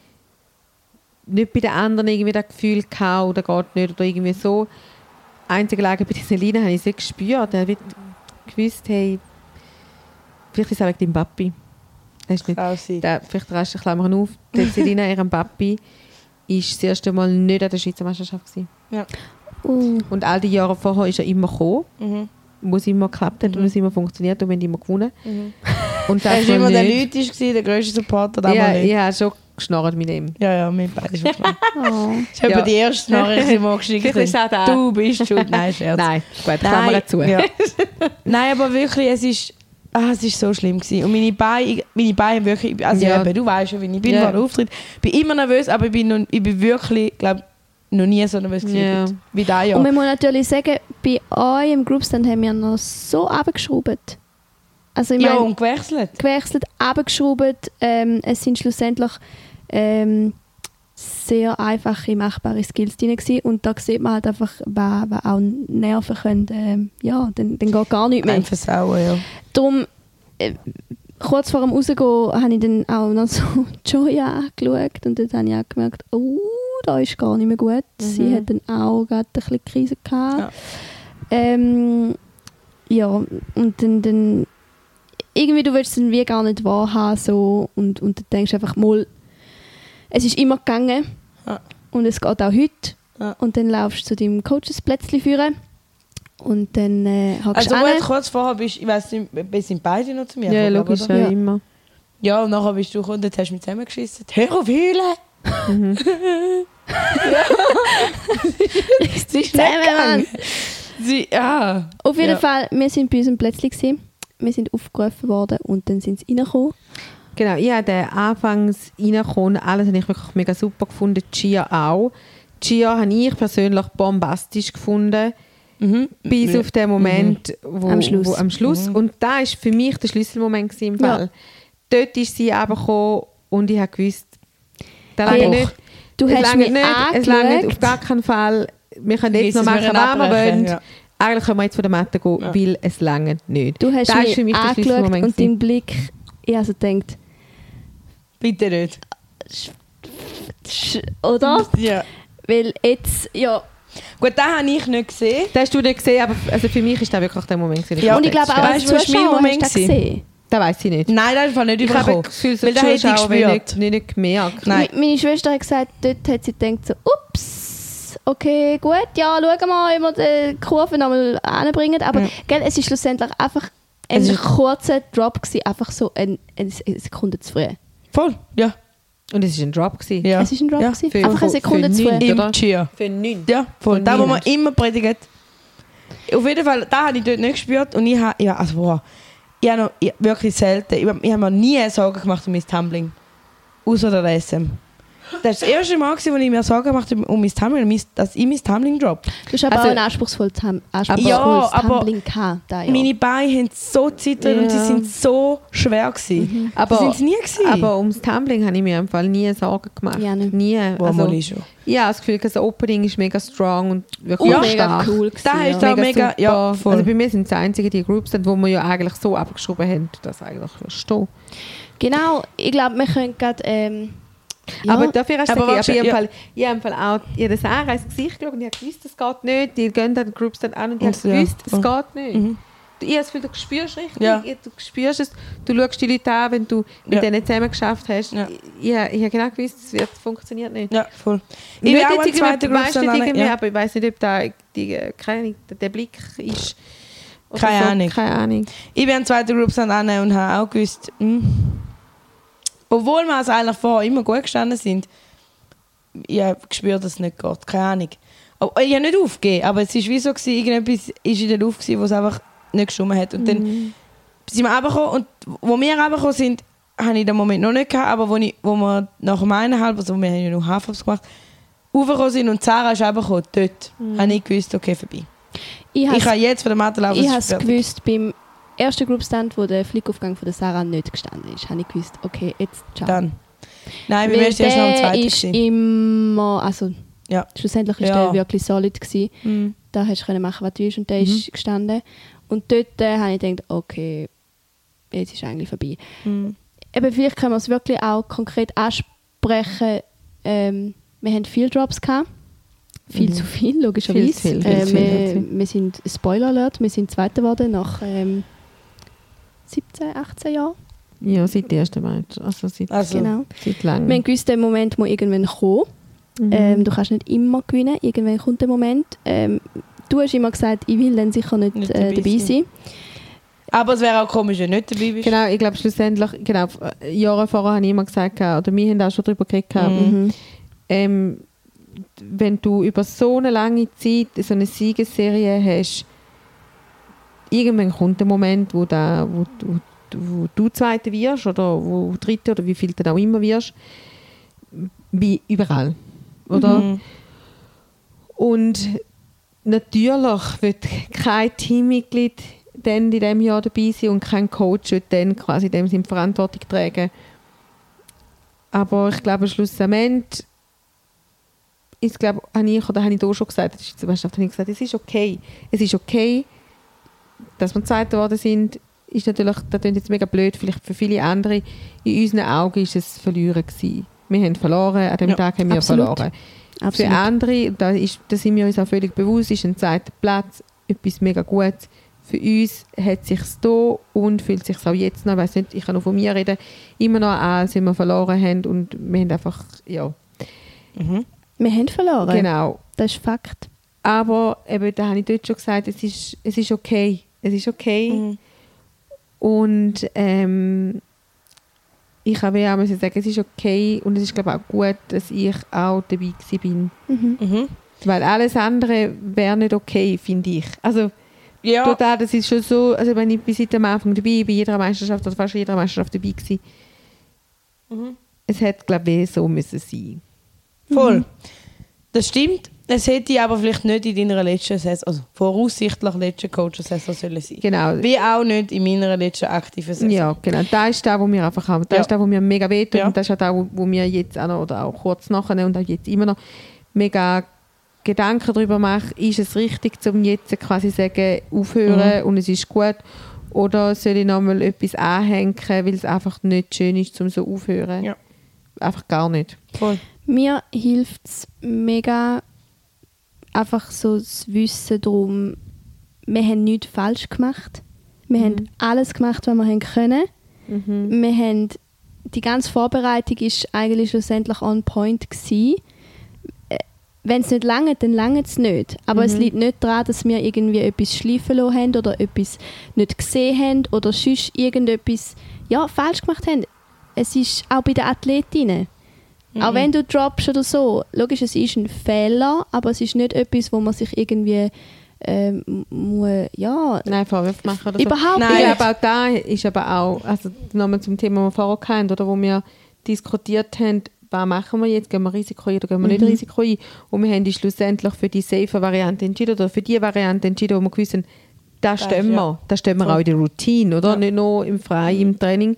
nicht bei den anderen irgendwie das Gefühl gehabt, oder geht nicht, oder irgendwie so. Einzige Lage bei der Selina habe ich es wirklich gespürt. Er hat gewusst, hey, vielleicht ist es auch wegen deinem Papi. Das ist nicht, Auch sein. der, vielleicht reißt die Klammern auf. Die Selina, ihrem Papi, war das erste Mal nicht an der Schweizer Meisterschaft gewesen. Ja. Uh, Und all die Jahre vorher ist er immer gekommen, Mhm. wo es immer geklappt hat Mhm. und es immer funktioniert und wir haben immer gewonnen. Mhm. Und Er das war immer mal der nicht. Leutisch, der grösste Supporter, damals Ja, nicht. ich habe schon geschnarrt mit ihm. Ja, ja, mit beiden schon klar. oh. Ich habe Ja. die erste Nachricht, die wir geschickt Vielleicht ist auch haben. der. Du bist schuld. Nein, Scherz. Nein, gut, Klammer zu. Ja. Nein, aber wirklich, es ist... ah, es war so schlimm gewesen. Und meine Beine, meine Beine haben wirklich, also Ja. eben, du weißt ja, wie ich bin Ja. vor dem Auftritt. Ich bin immer nervös, aber ich bin, noch, ich bin wirklich, glaube noch nie so nervös gewesen Ja. wie dieses Jahr. Und man muss natürlich sagen, bei euch im Groupstand haben wir noch so runtergeschraubt. Also ich Ja, meine, und gewechselt. gewechselt, runtergeschraubt. Ähm, es sind schlussendlich ähm, sehr einfache, machbare Skills drin gewesen. Und da sieht man halt einfach, wer, wer auch nerven können. Ähm, ja, dann, dann geht gar nichts mehr. Ein Versauen, ja. Darum, äh, kurz vor dem Rausgehen, habe ich dann auch noch so Joy angeschaut. Und dort habe ich auch gemerkt, oh, da ist gar nicht mehr gut. Mhm. Sie hat dann auch gerade ein bisschen Krise gehabt. Ja. Ähm, ja, und dann, dann irgendwie, du willst es dann wie gar nicht wahrhaben so, und, und dann denkst du einfach mal, es ist immer gegangen Ja. und es geht auch heute. Ja. Und dann laufst du zu deinem Coaches-Plätzchen führen und dann äh, hockst Also du gut, hin. kurz vorher bist, ich weiss nicht, wir sind beide noch zu mir Ja, gekommen, logisch, oder? ja, Ja. immer. Ja, und nachher bist du gekommen und jetzt hast du mich zusammengeschissen. Hör auf heulen! Es ist nicht Zusammen, gegangen. Sie, ja. Auf jeden Ja. Fall, wir sind bei unserem Plätzchen gewesen. Wir sind aufgerufen worden und dann sind sie reingekommen. Genau, ich habe den anfangs reingekommen, alles habe ich wirklich mega super gefunden, Chia auch. Chia habe ich persönlich bombastisch gefunden, Mhm. bis Ja. auf den Moment, wo, Am Schluss. Wo, am Schluss. Mhm. Und da war für mich der Schlüsselmoment gewesen im Ja. Fall. Dort ist sie runtergekommen und ich habe gewusst, das Hey, lange nicht. Du es hast lange mich nicht, es lange nicht, auf angeschaut. gar keinen Fall. Wir können jetzt Jetzt noch müssen machen, wir was wir abbrechen, wollen. ja. Eigentlich können wir jetzt von der Matte gehen, Ja. weil es lange nicht. Du hast Das ist mich für mich der angeschaut Schlüsselmoment und gewesen. dein Blick, ich also gedacht, Bitte nicht. sch- oder? Ja. Weil jetzt, ja. Gut, das habe ich nicht gesehen. Das hast du nicht gesehen, aber also für mich ist das wirklich der Moment gewesen. Ja, Und ich glaube auch als Weißt du, was mein Zuschauer Moment hast du das war? gesehen. Das weiss ich nicht. Nein, das habe ich nicht Ich habe überkommen. das Gefühl, so Weil die da hätte ich Zuschauer haben gespürt. nicht, nicht gemerkt. Nein. Me- Meine Schwester hat gesagt, dort hat sie gedacht so, ups, okay, gut, ja, schauen wir mal, ob wir die Kurve nochmal anbringen. Aber Ja. gell, es ist schlussendlich einfach ein Es ist- kurzer Drop gewesen, einfach so ein, eine Sekunde zu früh. Voll, ja. Und es war ein Drop. Gewesen. ja. Es ist ein Drop ja. gewesen, Für- einfach eine für- Sekunde für zu früh. nichts. Im oder? Cheer. Für nichts. Ja, voll. Von Da, wo mir. man immer predigt. Auf jeden Fall, da habe ich dort nicht gespürt. Und ich habe, ja, also, wow. Ich habe noch, ich, wirklich selten, ich, ich habe mir nie Sorgen gemacht um mein Tumbling. Außer der S M. Das war das erste Mal, gewesen, wo ich mir Sorgen gemacht habe um mein Tumbling, mein- dass ich mein Tumbling drop. Du hast aber Also- auch ein anspruchsvolles, Tam anspruchsvolles Ja, aber Tumbling gehabt. Da, ja. Meine Beine haben so zittert und Ja. sie sind so schwer gewesen. Das Aber, sind sie nie gewesen. aber ums Tumbling habe ich mir im Fall nie Sorgen gemacht. Ja, nicht. Nie. Wo Also, mal ist schon. ich habe das Gefühl, das Opening ist mega strong und wirklich Und stark. mega cool gewesen, Da ja. ist da mega, super. ja, voll. Also bei mir sind es die einzigen die Groups, wo wir ja eigentlich so abgeschoben haben, dass eigentlich verstehen. Genau, ich glaube, wir können gerade... Ähm, ja, Aber dafür hast du Aber gesagt, ich habe warte, im Fall, ich habe im Fall auch ich habe Sarah ins Gesicht geschaut und ich habe gewusst, es geht nicht. Die gehen dann die Groups dann an und ich Und habe ja, gewusst, es voll. geht nicht. Mhm. Ich habe das Gefühl, du spürst richtig, Ja. du spürst es, du schaust die Leute an, wenn du mit Ja. denen zusammen geschafft hast. Ja. Ich, ich, habe- ich habe genau gewusst, es wird, funktioniert nicht. Ja, voll. Ich Nicht bin auch jetzt ein irgendwie- zweiter Group weißt nicht irgendwie, ja. aber ich weiß nicht, ob da die, äh, keine Ahnung, der, der Blick ist. oder Keine so. Ahnung. Keine Ahnung. Ich bin ein zweiter Group an und habe auch gewusst, mh, obwohl wir also eigentlich vorher immer gut gestanden sind, ich habe gespürt, dass es nicht geht. Keine Ahnung. Aber ich habe nicht aufgegeben, aber es war wie so, gewesen, irgendetwas ist in der Luft, gewesen, wo es einfach nicht gestimmt hat. Und dann sind wir runtergekommen und wo wir runtergekommen sind, habe ich den Moment noch nicht gehabt, aber wo, ich, wo wir nach dem eineinhalb, also wir haben ja noch Haarfabs gemacht, raufgekommen sind und Sarah ist runtergekommen, dort habe ich gewusst, okay, vorbei. ich Ich habe kann jetzt von der Matte laufen, Ich es habe ist es fertig. gewusst beim ersten Groupstand, wo der Flickaufgang von der Sarah nicht gestanden ist. Habe ich gewusst, okay, jetzt ciao. Dann. Nein, wir Weil müssen erst noch am der zweiten ist gewesen. immer, also Ja. schlussendlich ist Ja. der wirklich solid gewesen. Mhm. Da hast du können machen, was du willst, und der Mhm. ist gestanden. Und dort äh, habe ich gedacht, okay, jetzt ist eigentlich vorbei. Mhm. Eben, vielleicht können wir es wirklich auch konkret ansprechen. Ähm, wir haben viele Drops gehabt. Viel Mhm. zu viel, logischerweise. Viel zu viel, viel äh, zu viel, wir, viel zu wir sind, Spoiler Alert, wir sind Zweiter geworden nach ähm, siebzehn, achtzehn Jahren. Ja, seit dem ersten Match. Also seit, Also, Genau. seit langem. Wir haben gewusst, der Moment muss irgendwann kommen. Mhm. Ähm, du kannst nicht immer gewinnen, irgendwann kommt der Moment. Ähm, du hast immer gesagt, ich will dann sicher nicht, Nicht äh, dabei dabei sein. sein. aber es wäre auch komisch, wenn du nicht dabei bist. Genau, ich glaube schlussendlich, genau, äh, Jahre vorher habe ich immer gesagt, gehabt, oder wir haben auch schon darüber geredet, gehabt, Mhm. ähm, wenn du über so eine lange Zeit so eine Siegesserie hast, irgendwann kommt der Moment, wo, da, wo, wo, wo du Zweiter wirst oder wo Dritter oder wie viel du auch immer wirst. Wie überall. Oder? Mhm. Und natürlich wird kein Teammitglied dann in diesem Jahr dabei sein und kein Coach wird dann quasi dem seine Verantwortung tragen. Aber ich glaube, schlussendlich ich glaube, habe ich oder habe ich da schon gesagt, das ist zum Beispiel, habe ich gesagt, es ist okay. Es ist okay, dass wir Zweiter geworden sind. Ist natürlich, das klingt jetzt mega blöd, vielleicht für viele andere. In unseren Augen war es Verlieren gewesen. Wir haben verloren, an dem Ja, Tag haben wir absolut. verloren. Absolut. Für andere, da, ist, da sind wir uns auch völlig bewusst, ist ein zweiter Platz etwas mega Gutes. Für uns hat es sich da und fühlt sich auch jetzt noch, ich weiss nicht, ich kann nur von mir reden, immer noch an, als wir verloren haben und wir haben einfach, ja. Mhm. Wir haben verloren. Genau. Das ist Fakt. Aber eben, da habe ich dort schon gesagt, es ist, es ist okay. Es ist okay. Mhm. Und ähm, ich habe auch müssen sagen, es ist okay und es ist glaube ich auch gut, dass ich auch dabei gewesen bin. Mhm. Mhm. Weil alles andere wäre nicht okay, finde ich. Also Ja. total, das ist schon so, also wenn ich bis seit am Anfang dabei bin, bei jeder Meisterschaft oder fast jeder Meisterschaft dabei gewesen. Mhm. Es hätte glaube ich so müssen sein. Voll. Mhm. Das stimmt. Es hätte aber vielleicht nicht in deiner letzten Saison, also voraussichtlich letzten Coach-Saison sollen sein. Genau. Wie auch nicht in meiner letzten aktiven Saison. Ja, genau. Das ist das, was wir einfach haben. Das Ja. ist das, was mir mega wehtut. Ja. Und das ist auch das, wo wir jetzt auch noch, oder auch kurz nachher und auch jetzt immer noch mega Gedanken darüber machen, ist es richtig, um jetzt quasi zu sagen, aufhören Mhm. und es ist gut, oder soll ich nochmal etwas anhängen, weil es einfach nicht schön ist, um so aufhören. Ja. Einfach gar nicht. Voll. Mir hilft es mega, einfach so das Wissen darum, wir haben nichts falsch gemacht. Wir Mhm. haben alles gemacht, was wir haben können. Mhm. Wir haben, die ganze Vorbereitung ist eigentlich schlussendlich on point gewesen. Äh, Wenn es nicht lange, dann lange es nicht. Aber Mhm. es liegt nicht daran, dass wir irgendwie etwas schleifen lassen haben oder etwas nicht gesehen haben oder sonst irgendetwas ja, falsch gemacht haben. Es ist auch bei den Athletinnen. Auch Mhm. wenn du droppst oder so, logisch, es ist ein Fehler, aber es ist nicht etwas, wo man sich irgendwie ähm, muss, ja, Nein, Vorwürfe machen oder so. überhaupt Nein. Ich nicht. glaube, auch da ist aber auch, also nochmal zum Thema, das wir vorher hatten, oder wo wir diskutiert haben, was machen wir jetzt, gehen wir Risiko ein oder gehen wir nicht Mhm. Risiko ein. Und wir haben uns schlussendlich für die safe Variante entschieden oder für die Variante entschieden, wo wir gewusst haben, da stehen ja. wir. Da stehen wir Voll. auch in der Routine, oder? Ja. Nicht nur im Freien, im Training.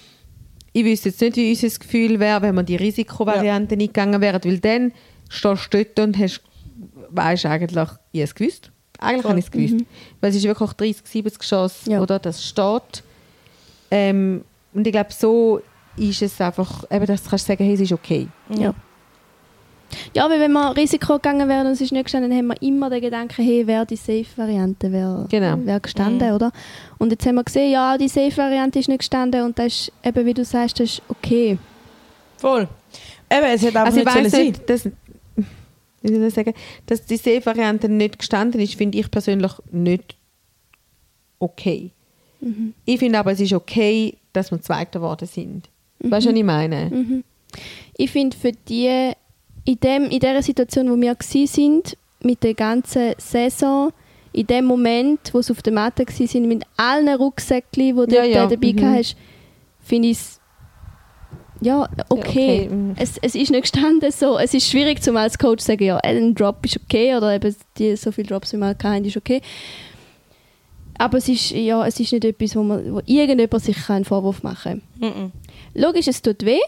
Ich wüsste jetzt nicht, wie unser Gefühl wäre, wenn wir die Risikovariante nicht gegangen wären, weil dann stehst du dort und hast, weisst eigentlich, ich habe es gewusst. Eigentlich Voll. habe ich es gewusst. Mhm. Weil es ist wirklich auch dreißig siebzig Geschoss, Ja. oder? Das steht. Ähm, und ich glaube, so ist es einfach, eben, dass du kannst sagen, hey, es ist okay. Ja. Ja, weil wenn wir Risiko gegangen wären und es ist nicht gestanden, dann haben wir immer den Gedanken, hey, wäre die Safe-Variante wär, Genau. wär gestanden, Mhm. oder? Und jetzt haben wir gesehen, ja, die Safe-Variante ist nicht gestanden und das ist eben, wie du sagst, das ist okay. Voll. Eben, es hätte einfach Also ich nicht sollen weiss sein. nicht, dass, wie soll ich sagen, dass die Safe-Variante nicht gestanden ist, finde ich persönlich nicht okay. Mhm. Ich finde aber, es ist okay, dass wir Zweiter geworden sind. Weißt du, was ich meine? Mhm. Ich finde, für die, in, dem, in dieser Situation, wo wir gsi sind, mit der ganzen Saison, in dem Moment, wo sie auf der Matte gsi sind, mit allen Rucksäckchen, die du Ja, ja. dort dabei Mhm. hast, finde ich es ja, okay. okay, mhm. Es, es ist nicht gestanden so. Es ist schwierig, zum als Coach zu sagen, ja, ein Drop ist okay oder eben die, so viele Drops, wie wir hatten, ist okay. Aber es ist, ja, es ist nicht etwas, wo, man, wo irgendjemand sich einen Vorwurf machen kann. Mhm. Logisch, es tut weh.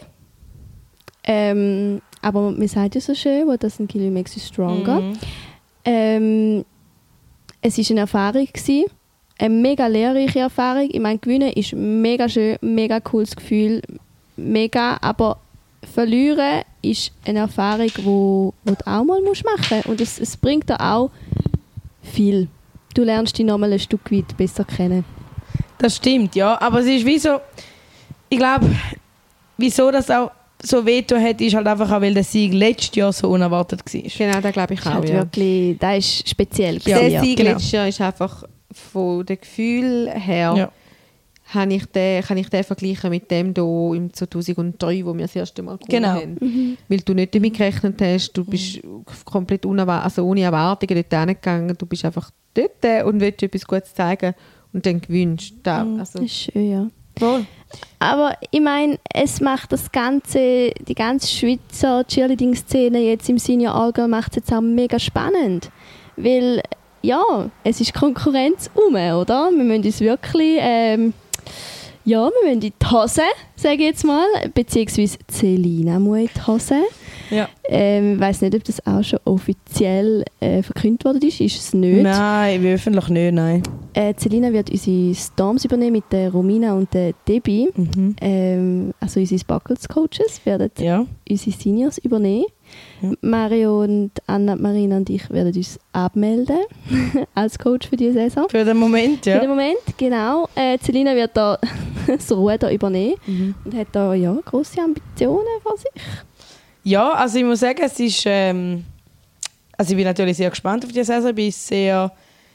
Ähm, aber man sagt ja so schön, what doesn't kill you makes you stronger. Mhm. Ähm, es war eine Erfahrung gewesen, eine mega lehrreiche Erfahrung. Ich meine, gewinnen ist mega schön, mega cooles Gefühl, mega, aber verlieren ist eine Erfahrung, wo, wo du auch mal musst machen musst. Und es, es bringt dir auch viel. Du lernst dich nochmal ein Stück weit besser kennen. Das stimmt, ja. Aber es ist wie so, ich glaube, wieso das auch so wehtun hat, ist halt einfach auch, weil der Sieg letztes Jahr so unerwartet war. Genau, das glaube ich Das ist auch. halt Ja. wirklich, das ist speziell. Ja, Der gewesen, Sieg genau. letztes Jahr ist einfach von dem Gefühl her, Ja. kann ich den, kann ich den vergleichen mit dem hier im zweitausenddrei, wo wir das erste Mal gewonnen Genau. haben. Mhm. Weil du nicht damit gerechnet hast, du bist komplett unerwar- also ohne Erwartungen dort hingegangen, du bist einfach dort und willst etwas Gutes zeigen und dann gewünscht. Da, Das also, ist schön, ja. Voll. Aber ich meine, es macht das ganze, die ganze Schweizer Cheerleading-Szene jetzt im Senior Allgäu macht es jetzt auch mega spannend. Weil, ja, es ist Konkurrenz um, oder? Wir müssen uns wirklich, ähm, ja, wir müssen in die Hose, sage ich jetzt mal, beziehungsweise Celina muss in die Hose. Ja. Ähm, ich weiss nicht, ob das auch schon offiziell äh, verkündet worden ist. Ist es nicht? Nein, öffentlich nicht, nein. Äh, Celina wird unsere Storms übernehmen mit der Romina und der Debbie. Mhm. Ähm, also unsere Sparkles-Coaches werden Ja. unsere Seniors übernehmen. Ja. Mario und Anna, Marina und ich werden uns abmelden als Coach für diese Saison. Für den Moment, Für ja. den Moment, genau. Äh, Celina wird da das Ruder übernehmen Mhm. und hat da ja, grosse Ambitionen vor sich. Ja, also ich muss sagen, es ist... Ähm, also ich bin natürlich sehr gespannt auf die Saison. Ich bin sehr...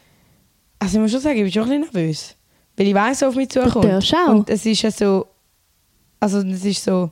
Also ich muss schon sagen, ich bin schon ein bisschen nervös. Weil ich weiss, was auf mich zukommt. darfst auch. Und es ist ja so... Also es ist so...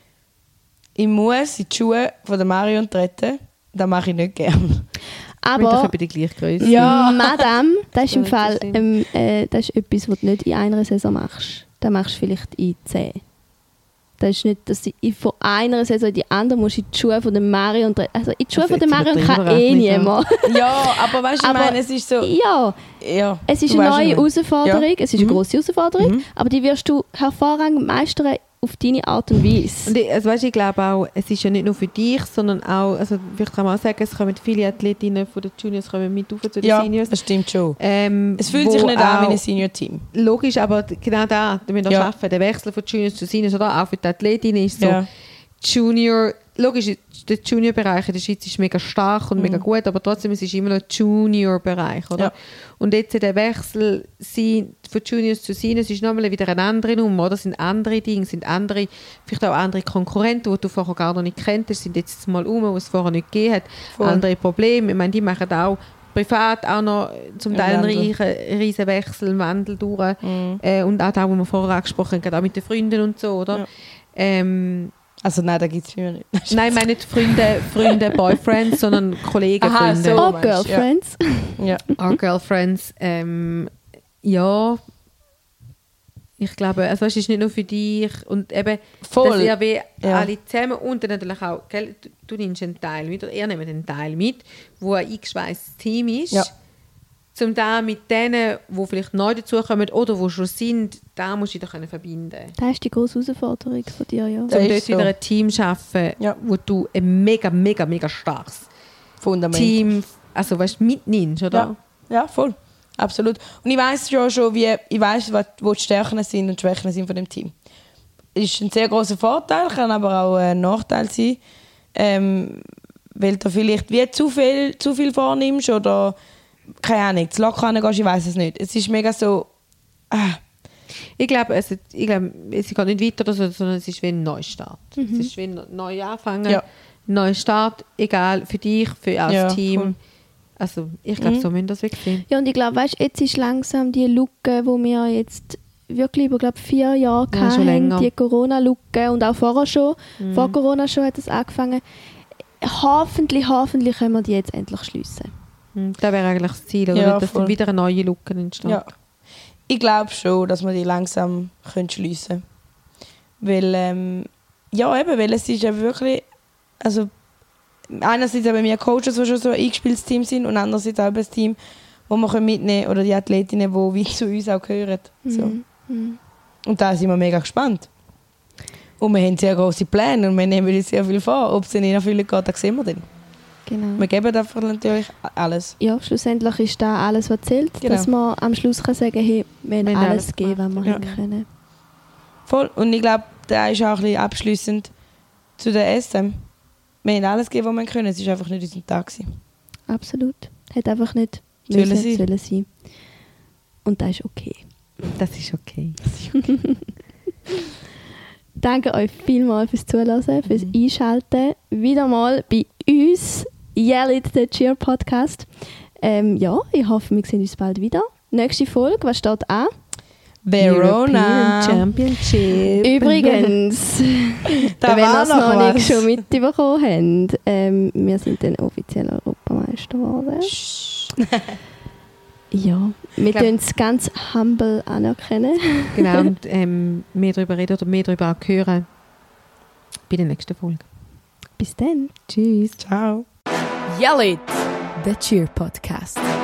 Ich muss in die Schuhe von der Marion treten. Das mache ich nicht gerne. wir Aber doch etwa die gleiche Größe. Ja. Madame, das ist im Soll Fall das sein? ähm, äh, das ist etwas, was du nicht in einer Saison machst. Das machst du vielleicht in zehn. Das ist nicht, dass du von einer Saison in die andere musst in die Schuhe von der Marion treten. Also in die Schuhe Also von der jetzt Marion übertreiben kann wir eh recht nicht, ja. niemand. Ja, aber weißt du, ich Aber- meine, es ist so... Ja, Ja, es ist du eine weißt, neue was ich meine. Herausforderung. Ja. Es ist eine Mhm. grosse Herausforderung. Mhm. Aber die wirst du hervorragend meistern auf deine Art und Weise. Und ich, also weißt, ich glaube auch, es ist ja nicht nur für dich, sondern auch, also vielleicht kann man auch sagen, es kommen viele Athletinnen von den Juniors kommen mit auf zu den Ja, Seniors. das stimmt schon. Ähm, Es fühlt wo sich nicht an auch- wie ein Senior-Team. Logisch, aber genau da, da müssen wir Ja. arbeiten. Der Wechsel von Juniors zu Seniors oder auch für die Athletinnen ist so, Ja. Junior, logisch, der Junior-Bereich in der Schweiz ist mega stark und mega gut, aber trotzdem es ist immer noch Junior-Bereich, oder? Ja. Und jetzt der Wechsel sie- von Juniors zu Seniors ist nochmal wieder eine andere Nummer, oder? Sind andere Dinge, sind andere, vielleicht auch andere Konkurrenten, die du vorher gar noch nicht kenntest, sind jetzt mal um, wo es vorher nicht gegeben hat. Voll. Andere Probleme, ich meine, die machen auch privat auch noch zum Teil einen Wandel. riesen, riesen Wechsel, einen Wandel durch. Mhm. Äh, und auch da, wo wir vorher angesprochen haben, gerade auch mit den Freunden und so, oder? Ja. Ähm, Also nein, da gibt es für mich nicht. nein, ich meine nicht Freunde, Freunde, Boyfriends, sondern Kollegen, Aha, Freunde. so. Oh, meinst du, ja. Girlfriends. Ja. Our Girlfriends. Ähm, ja, ich glaube, also es ist nicht nur für dich und eben, Voll. dass ihr wie Ja. alle zusammen und dann natürlich auch, gell, du, du nimmst einen Teil mit oder ihr nehmt einen Teil mit, wo ein eingeschweißtes Team ist. Ja. Zum da mit denen, die vielleicht neu dazukommen oder die schon sind, da musst du dich können verbinden. Das ist die grosse Herausforderung von dir, ja. Ja. Um Das ist dort so. wieder ein Team zu schaffen, Ja. wo du ein mega, mega, mega starkes Fundament. Team also, weißt, mitnimmst, oder? Ja. Ja, voll. Absolut. Und ich weiss schon, schon wie, ich weiss, was- wo die Stärken sind und die Schwächen sind von dem Team. Ist ein sehr großer Vorteil, kann aber auch ein Nachteil sein. Ähm, weil du vielleicht wie zu viel, zu viel vornimmst oder keine Ahnung, zu locker angehst, ich weiss es nicht. Es ist mega so... Ah, Ich glaube, es, ich glaube, es geht nicht weiter, oder so, sondern es ist wie ein Neustart. Es ist wie ein neu anfangen, Ja. neuer Start, egal für dich, für als Ja, Team. voll. Also ich glaube, Mhm. so müssen wir das wirklich sehen. Ja, und ich glaube, weißt, jetzt ist langsam die Lücke, wo wir jetzt wirklich über glaub, vier Jahre Ja, schon hatten, länger. die Corona-Lücke und auch vorher schon, vor Corona schon hat es angefangen. Hoffentlich, hoffentlich können wir die jetzt endlich schliessen. Mhm. Das wäre eigentlich das Ziel, oder? Ja, Nicht, dass voll. dann wieder eine neue Lücke entsteht. ja. Ich glaube schon, dass wir die langsam können schliessen können. Weil, ähm, ja eben, weil es ist eben wirklich... Also, einerseits eben wir Coaches, die schon so ein eingespieltes Team sind und andererseits auch ein Team, das wir mitnehmen können oder die Athletinnen, die wie zu uns auch gehören. So. Mhm. Mhm. Und da sind wir mega gespannt. Und wir haben sehr grosse Pläne und wir nehmen uns sehr viel vor. Ob es in Erfüllung geht, das sehen wir dann. Genau. Wir geben einfach natürlich alles. Ja, schlussendlich ist da alles, was zählt, Genau. dass man am Schluss kann sagen, hey, wir haben Wir haben alles alles gegeben, was wir gemacht. haben können. Voll. Und ich glaube, der ist auch ein bisschen abschliessend zu der S M. Wir haben alles gegeben, was wir können. Es war einfach nicht unser Tag gewesen. Absolut. Hat einfach nicht Sollen müssen, sein. sollen sein. Und das ist okay. Das ist okay. Danke euch vielmals fürs Zuhören, fürs Mhm. Einschalten. Wieder mal bei uns, Yell It, der Cheer Podcast. Ähm, ja, ich hoffe, wir sehen uns bald wieder. Nächste Folge, was steht an? Verona. European Championship. Übrigens, Da wenn ihr war es noch noch was. nicht schon mitbekommen habt, ähm, wir sind dann offiziell Europameister geworden. Ja, wir glaub- tun es ganz humble anerkennen. Genau, und ähm, mehr darüber reden oder mehr darüber auch hören bei der nächsten Folge. Bis dann. Tschüss. Ciao. Yell it! The Cheer Podcast.